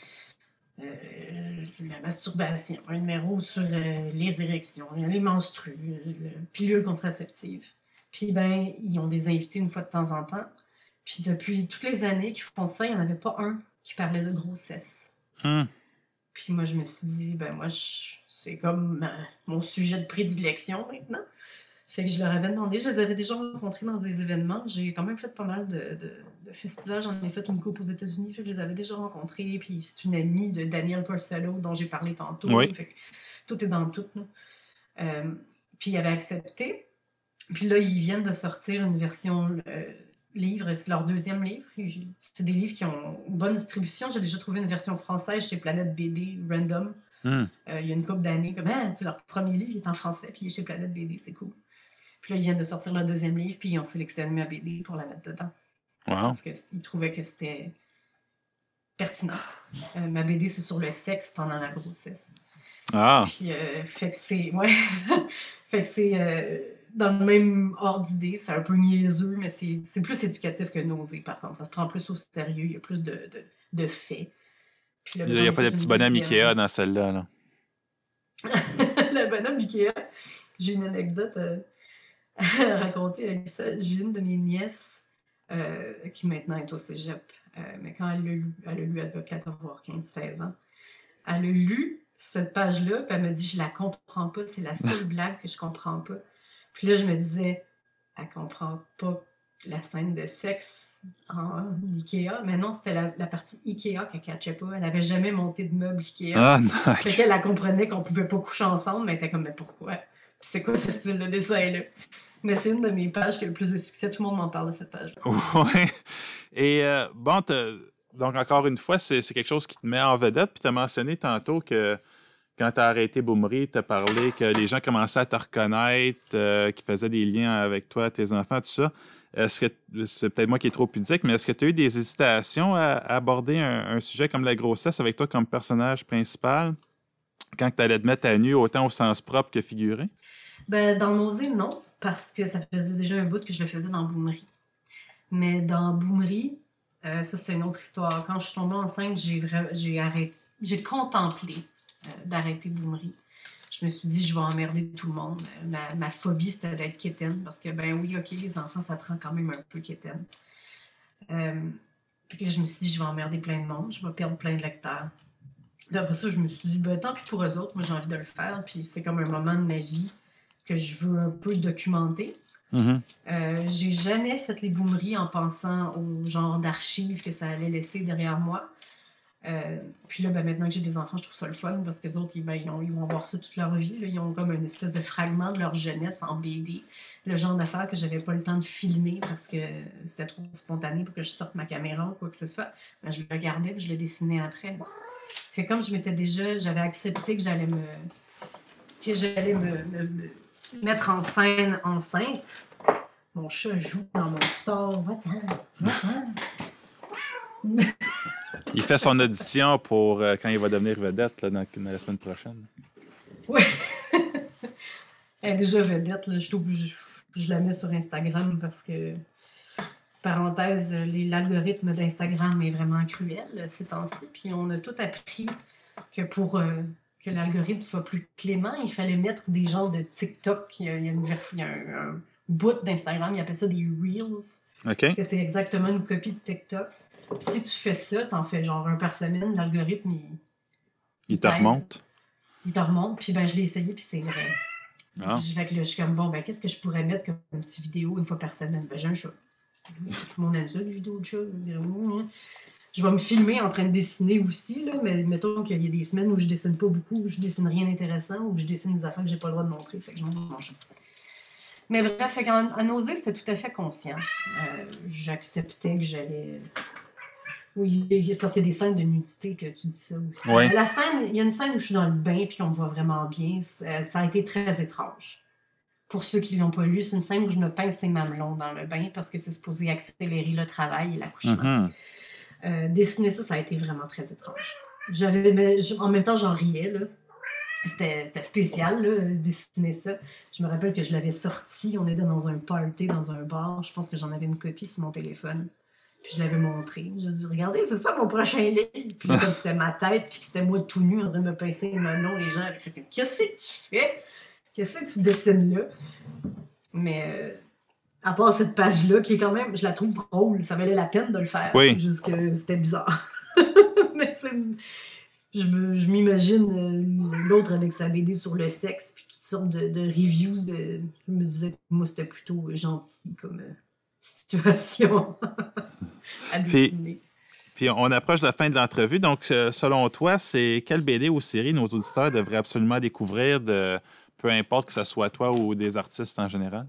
euh, la masturbation, un numéro sur euh, les érections, les menstrues, le pilule contraceptive. Puis, ben, ils ont des invités une fois de temps en temps. Puis, depuis toutes les années qu'ils font ça, il n'y en avait pas un qui parlait de grossesse. Mm. Puis, moi, je me suis dit, ben, moi, je, c'est comme euh, mon sujet de prédilection maintenant. Fait que je leur avais demandé, je les avais déjà rencontrés dans des événements. J'ai quand même fait pas mal de, de, de festivals. J'en ai fait une couple aux États-Unis. Fait que je les avais déjà rencontrés. Puis c'est une amie de Daniel Corsello dont j'ai parlé tantôt. Oui. Fait que tout est dans tout. Euh, puis il avait accepté. Puis là, ils viennent de sortir une version euh, livre. C'est leur deuxième livre. C'est des livres qui ont une bonne distribution. J'ai déjà trouvé une version française chez Planète B D Random. Mm. Euh, il y a une couple d'années. Comme, ah, c'est leur premier livre, il est en français. Puis il est chez Planète B D, c'est cool. Puis là, ils viennent de sortir leur deuxième livre, puis ils ont sélectionné ma B D pour la mettre dedans. Wow. Parce qu'ils trouvaient que c'était pertinent. Euh, ma B D, c'est sur le sexe pendant la grossesse. Ah. Puis, euh, fait que c'est... Ouais. fait que c'est euh, dans le même ordre d'idée. C'est un peu niaiseux, mais c'est, c'est plus éducatif que Nausée, par contre. Ça se prend plus au sérieux. Il y a plus de, de, de faits. Puis là, il n'y a pas de petits bonhommes Ikea dans celle-là. Là. Le bonhomme Ikea. J'ai une anecdote... Euh, à raconter avec ça. J'ai une de mes nièces euh, qui maintenant est au cégep, euh, mais quand elle l'a lu, elle l'a lu, elle devait peut-être avoir quinze seize ans. Elle a lu cette page-là, puis elle me dit, je la comprends pas, c'est la seule blague que je comprends pas. Puis là, je me disais, elle comprend pas la scène de sexe en Ikea, mais non, c'était la, la partie Ikea qu'elle catchait pas. Elle avait jamais monté de meubles Ikea. Ah, non. Fait qu'elle, elle comprenait qu'on pouvait pas coucher ensemble, mais elle était comme, mais pourquoi? Puis c'est quoi ce style de dessin-là? Mais c'est une de mes pages qui a le plus de succès. Tout le monde m'en parle de cette page. Oui. Et euh, bon, donc encore une fois, c'est, c'est quelque chose qui te met en vedette. Puis tu as mentionné tantôt que quand tu as arrêté Boomery, tu as parlé que les gens commençaient à te reconnaître, euh, qui faisaient des liens avec toi, tes enfants, tout ça. Est-ce que, c'est peut-être moi qui est trop pudique, mais est-ce que tu as eu des hésitations à, à aborder un, un sujet comme la grossesse avec toi comme personnage principal quand tu allais te mettre à nu, autant au sens propre que figuré? Ben, dans Nausée, non, parce que ça faisait déjà un bout que je le faisais dans Boomery. Mais dans Boomery, euh, ça, c'est une autre histoire. Quand je suis tombée enceinte, j'ai, vra... j'ai, arrêté... j'ai contemplé euh, d'arrêter Boomery. Je me suis dit, je vais emmerder tout le monde. Ma, ma phobie, c'était d'être quétaine, parce que, ben oui, OK, les enfants, ça te rend quand même un peu quétaine. Euh... Puis là, je me suis dit, je vais emmerder plein de monde, je vais perdre plein de lecteurs. D'après ça, je me suis dit, ben tant pis pour eux autres, moi, j'ai envie de le faire, puis c'est comme un moment de ma vie que je veux un peu documenter. Mm-hmm. Euh, j'ai jamais fait les Boomeries en pensant au genre d'archives que ça allait laisser derrière moi. Euh, puis là, ben, maintenant que j'ai des enfants, je trouve ça le fun parce que les autres, ils, ben, ils, ont, ils vont voir ça toute leur vie. Là. Ils ont comme une espèce de fragment de leur jeunesse en B D. Le genre d'affaires que j'avais pas le temps de filmer parce que c'était trop spontané pour que je sorte ma caméra ou quoi que ce soit. Ben, je le gardais et je le dessinais après. Fait comme je m'étais déjà... J'avais accepté que j'allais me... que j'allais me... me, me mettre en scène enceinte. Mon chat joue dans mon store. Va-t'en, va-t'en. Il fait son audition pour euh, quand il va devenir vedette là, dans, dans la semaine prochaine. Oui. Elle est déjà vedette, là. Je, je, je la mets sur Instagram parce que, parenthèse, les, l'algorithme d'Instagram est vraiment cruel ces temps-ci. Puis on a tout appris que pour euh, que l'algorithme soit plus clément, il fallait mettre des genres de TikTok. Il y a, il y a une version, un, un bout d'Instagram, ils appellent ça des Reels. OK. Que c'est exactement une copie de TikTok. Puis si tu fais ça, t'en fais genre un par semaine, l'algorithme, il... Il, il te remonte. Il te remonte, puis ben je l'ai essayé, puis c'est vrai. Ah. Fait que là, je suis comme, bon, ben qu'est-ce que je pourrais mettre comme une petite vidéo une fois par semaine? Ben j'ai un chat. Tout le monde aime ça, les vidéos de chat. Je vais me filmer en train de dessiner aussi, là, mais mettons qu'il y a des semaines où je dessine pas beaucoup, où je dessine rien d'intéressant, où je dessine des affaires que j'ai pas le droit de montrer, fait que je montre mon chat. Mais bref, fait qu'en, en oser, c'était tout à fait conscient. Euh, j'acceptais que j'allais... Oui, c'est parce qu'il y a des scènes de nudité que tu dis ça aussi. Ouais. La scène, il y a une scène où je suis dans le bain puis qu'on me voit vraiment bien. Ça, ça a été très étrange. Pour ceux qui ne l'ont pas lu, c'est une scène où je me pince les mamelons dans le bain parce que c'est supposé accélérer le travail et l'accouchement. Mm-hmm. Euh, dessiner ça, ça a été vraiment très étrange. J'avais, mais, en même temps, j'en riais, là. C'était, c'était spécial, là, dessiner ça. Je me rappelle que je l'avais sorti, on était dans un party, dans un bar. Je pense que j'en avais une copie sur mon téléphone. Puis je l'avais montré. Je dit, regardez, c'est ça mon prochain livre. Puis comme c'était ma tête, puis que c'était moi tout nu en train de me pincer les mamelons, les gens avaient fait, qu'est-ce que tu fais? Qu'est-ce que tu dessines là? Mais euh, à part cette page-là, qui est quand même, je la trouve drôle, ça valait la peine de le faire. Oui. C'est juste que c'était bizarre. Mais c'est... Je, me, je m'imagine euh, l'autre avec sa B D sur le sexe, puis toutes sortes de, de reviews. De, je me disais que moi, c'était plutôt gentil comme euh, situation à dessiner. Puis, puis on approche de la fin de l'entrevue. Donc, selon toi, c'est quelle B D ou série nos auditeurs devraient absolument découvrir, de, peu importe que ce soit toi ou des artistes en général?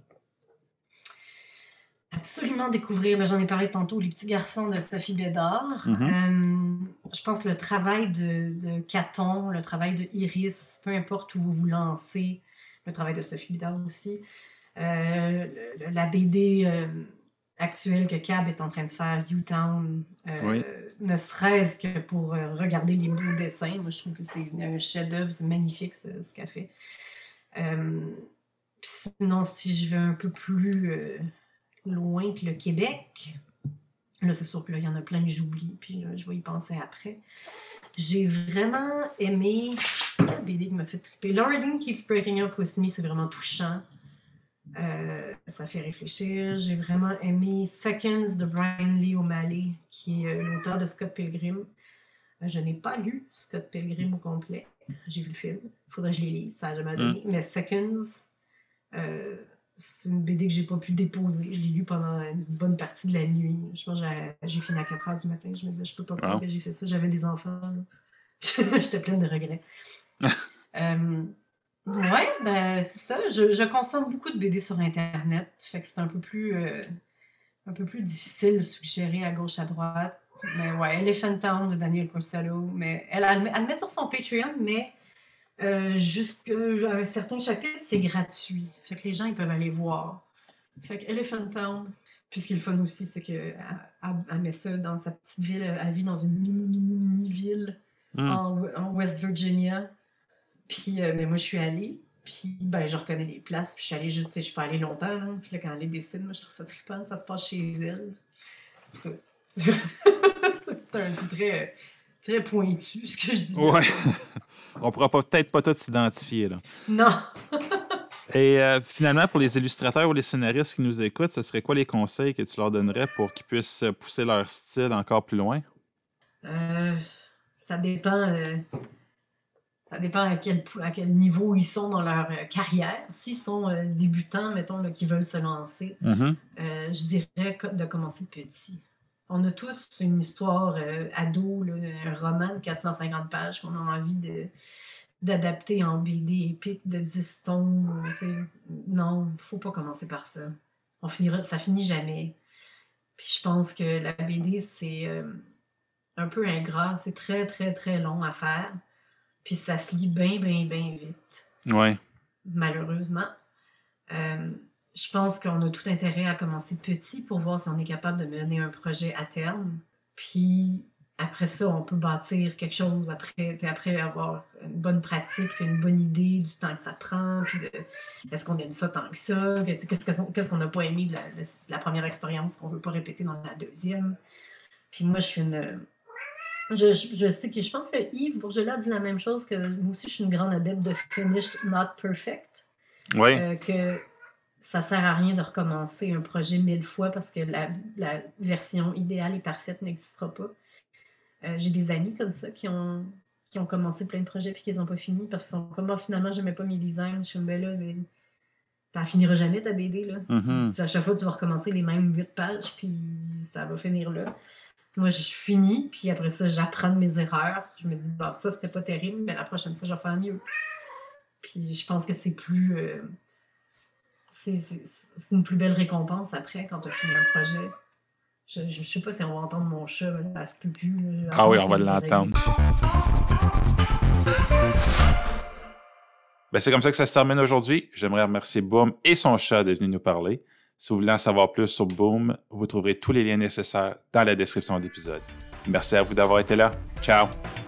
Absolument découvrir, mais j'en ai parlé tantôt, Les petits garçons de Sophie Bédard. Mm-hmm. Euh, je pense que le travail de, de Caton, le travail de Iris, peu importe où vous vous lancez, le travail de Sophie Bédard aussi, euh, le, la B D euh, actuelle que Cab est en train de faire, U-Town, euh, oui. ne serait-ce que pour euh, regarder les beaux dessins. Moi, je trouve que c'est un chef-d'œuvre, c'est magnifique ce, ce qu'elle fait. Euh, puis sinon, si je vais un peu plus... Euh, loin que le Québec. Là, c'est sûr que là, il y en a plein que j'oublie, puis là, je vais y penser après. J'ai vraiment aimé... Quelle B D qui m'a fait triper? Laura Dean Keeps Breaking Up With Me, c'est vraiment touchant. Euh, ça fait réfléchir. J'ai vraiment aimé Seconds de Brian Lee O'Malley, qui est euh, l'auteur de Scott Pilgrim. Euh, je n'ai pas lu Scott Pilgrim au complet. J'ai vu le film. Il faudrait que je les lise, ça n'a jamais donné. Mm. Mais Seconds... Euh, c'est une B D que j'ai pas pu déposer. Je l'ai lu pendant une bonne partie de la nuit. Je pense que j'ai, j'ai fini à quatre heures du matin. Je me disais, je peux pas croire oh. que j'ai fait ça. J'avais des enfants. J'étais pleine de regrets. euh, ouais, ben c'est ça. Je, je consomme beaucoup de B D sur Internet. Fait que c'est un peu plus, euh, un peu plus difficile de suggérer à gauche, à droite. Mais ouais, Elephant Town de Daniel Corsello. Mais elle, elle, elle, elle met sur son Patreon, mais Euh, jusqu'à un certain chapitre, c'est gratuit. Fait que les gens, ils peuvent aller voir. Fait que Elephant Town. Puis ce qui est le fun aussi, c'est qu'elle elle met ça dans sa petite ville. Elle vit dans une mini, mini, mini ville mm. en, en West Virginia. Puis euh, mais moi, je suis allée. Puis ben, je reconnais les places. Puis je suis allée juste, je suis pas allée longtemps. Hein. Puis là, quand elle les dessine, moi, je trouve ça trippant. Ça se passe chez elle. En tout cas, c'est, c'est un petit très, très pointu, ce que je dis. Ouais. On pourra pas, peut-être pas tous s'identifier, là. Non. Et euh, finalement, pour les illustrateurs ou les scénaristes qui nous écoutent, ce serait quoi les conseils que tu leur donnerais pour qu'ils puissent pousser leur style encore plus loin? Euh, ça dépend... Euh, ça dépend à quel, à quel niveau ils sont dans leur euh, carrière. S'ils sont euh, débutants, mettons, là, qui veulent se lancer, mm-hmm. euh, je dirais de commencer petit. On a tous une histoire euh, ado, là, un roman de quatre cent cinquante pages qu'on a envie de, d'adapter en B D épique de dix tomes. T'sais. Non, il ne faut pas commencer par ça. On finira, ça finit jamais. Puis je pense que la B D, c'est euh, un peu ingrat. C'est très, très, très long à faire. Puis ça se lit bien, bien, bien vite. Ouais. Malheureusement. Euh, Je pense qu'on a tout intérêt à commencer petit pour voir si on est capable de mener un projet à terme. Puis, après ça, on peut bâtir quelque chose après, après avoir une bonne pratique, puis une bonne idée du temps que ça prend, puis de est-ce qu'on aime ça tant que ça, qu'est-ce qu'on n'a pas aimé de la, de la première expérience qu'on ne veut pas répéter dans la deuxième. Puis moi, je suis une... Je, je, je sais que je pense que Yves Bourgelat dit la même chose, que moi aussi, je suis une grande adepte de finished, not perfect. Oui. Euh, que ça sert à rien de recommencer un projet mille fois parce que la, la version idéale et parfaite n'existera pas. Euh, j'ai des amis comme ça qui ont, qui ont commencé plein de projets puis qu'ils n'ont pas fini parce qu'ils sont comme, oh, finalement, j'aimais pas mes designs. Je suis comme, ben là, mais t'en finiras jamais ta B D, là. Mm-hmm. Tu, à chaque fois, tu vas recommencer les mêmes huit pages puis ça va finir là. Moi, je finis, puis après ça, j'apprends de mes erreurs. Je me dis, bah, ça, c'était pas terrible, mais la prochaine fois, je vais faire mieux. Puis je pense que c'est plus... Euh, c'est, c'est, c'est une plus belle récompense après, quand tu as fini un projet. Je, je, je sais pas si on va entendre mon chat, là, à ce plus. Ah oui, on va l'entendre. Ben, c'est comme ça que ça se termine aujourd'hui. J'aimerais remercier Boom et son chat d'être venu nous parler. Si vous voulez en savoir plus sur Boom, vous trouverez tous les liens nécessaires dans la description de l'épisode. Merci à vous d'avoir été là. Ciao!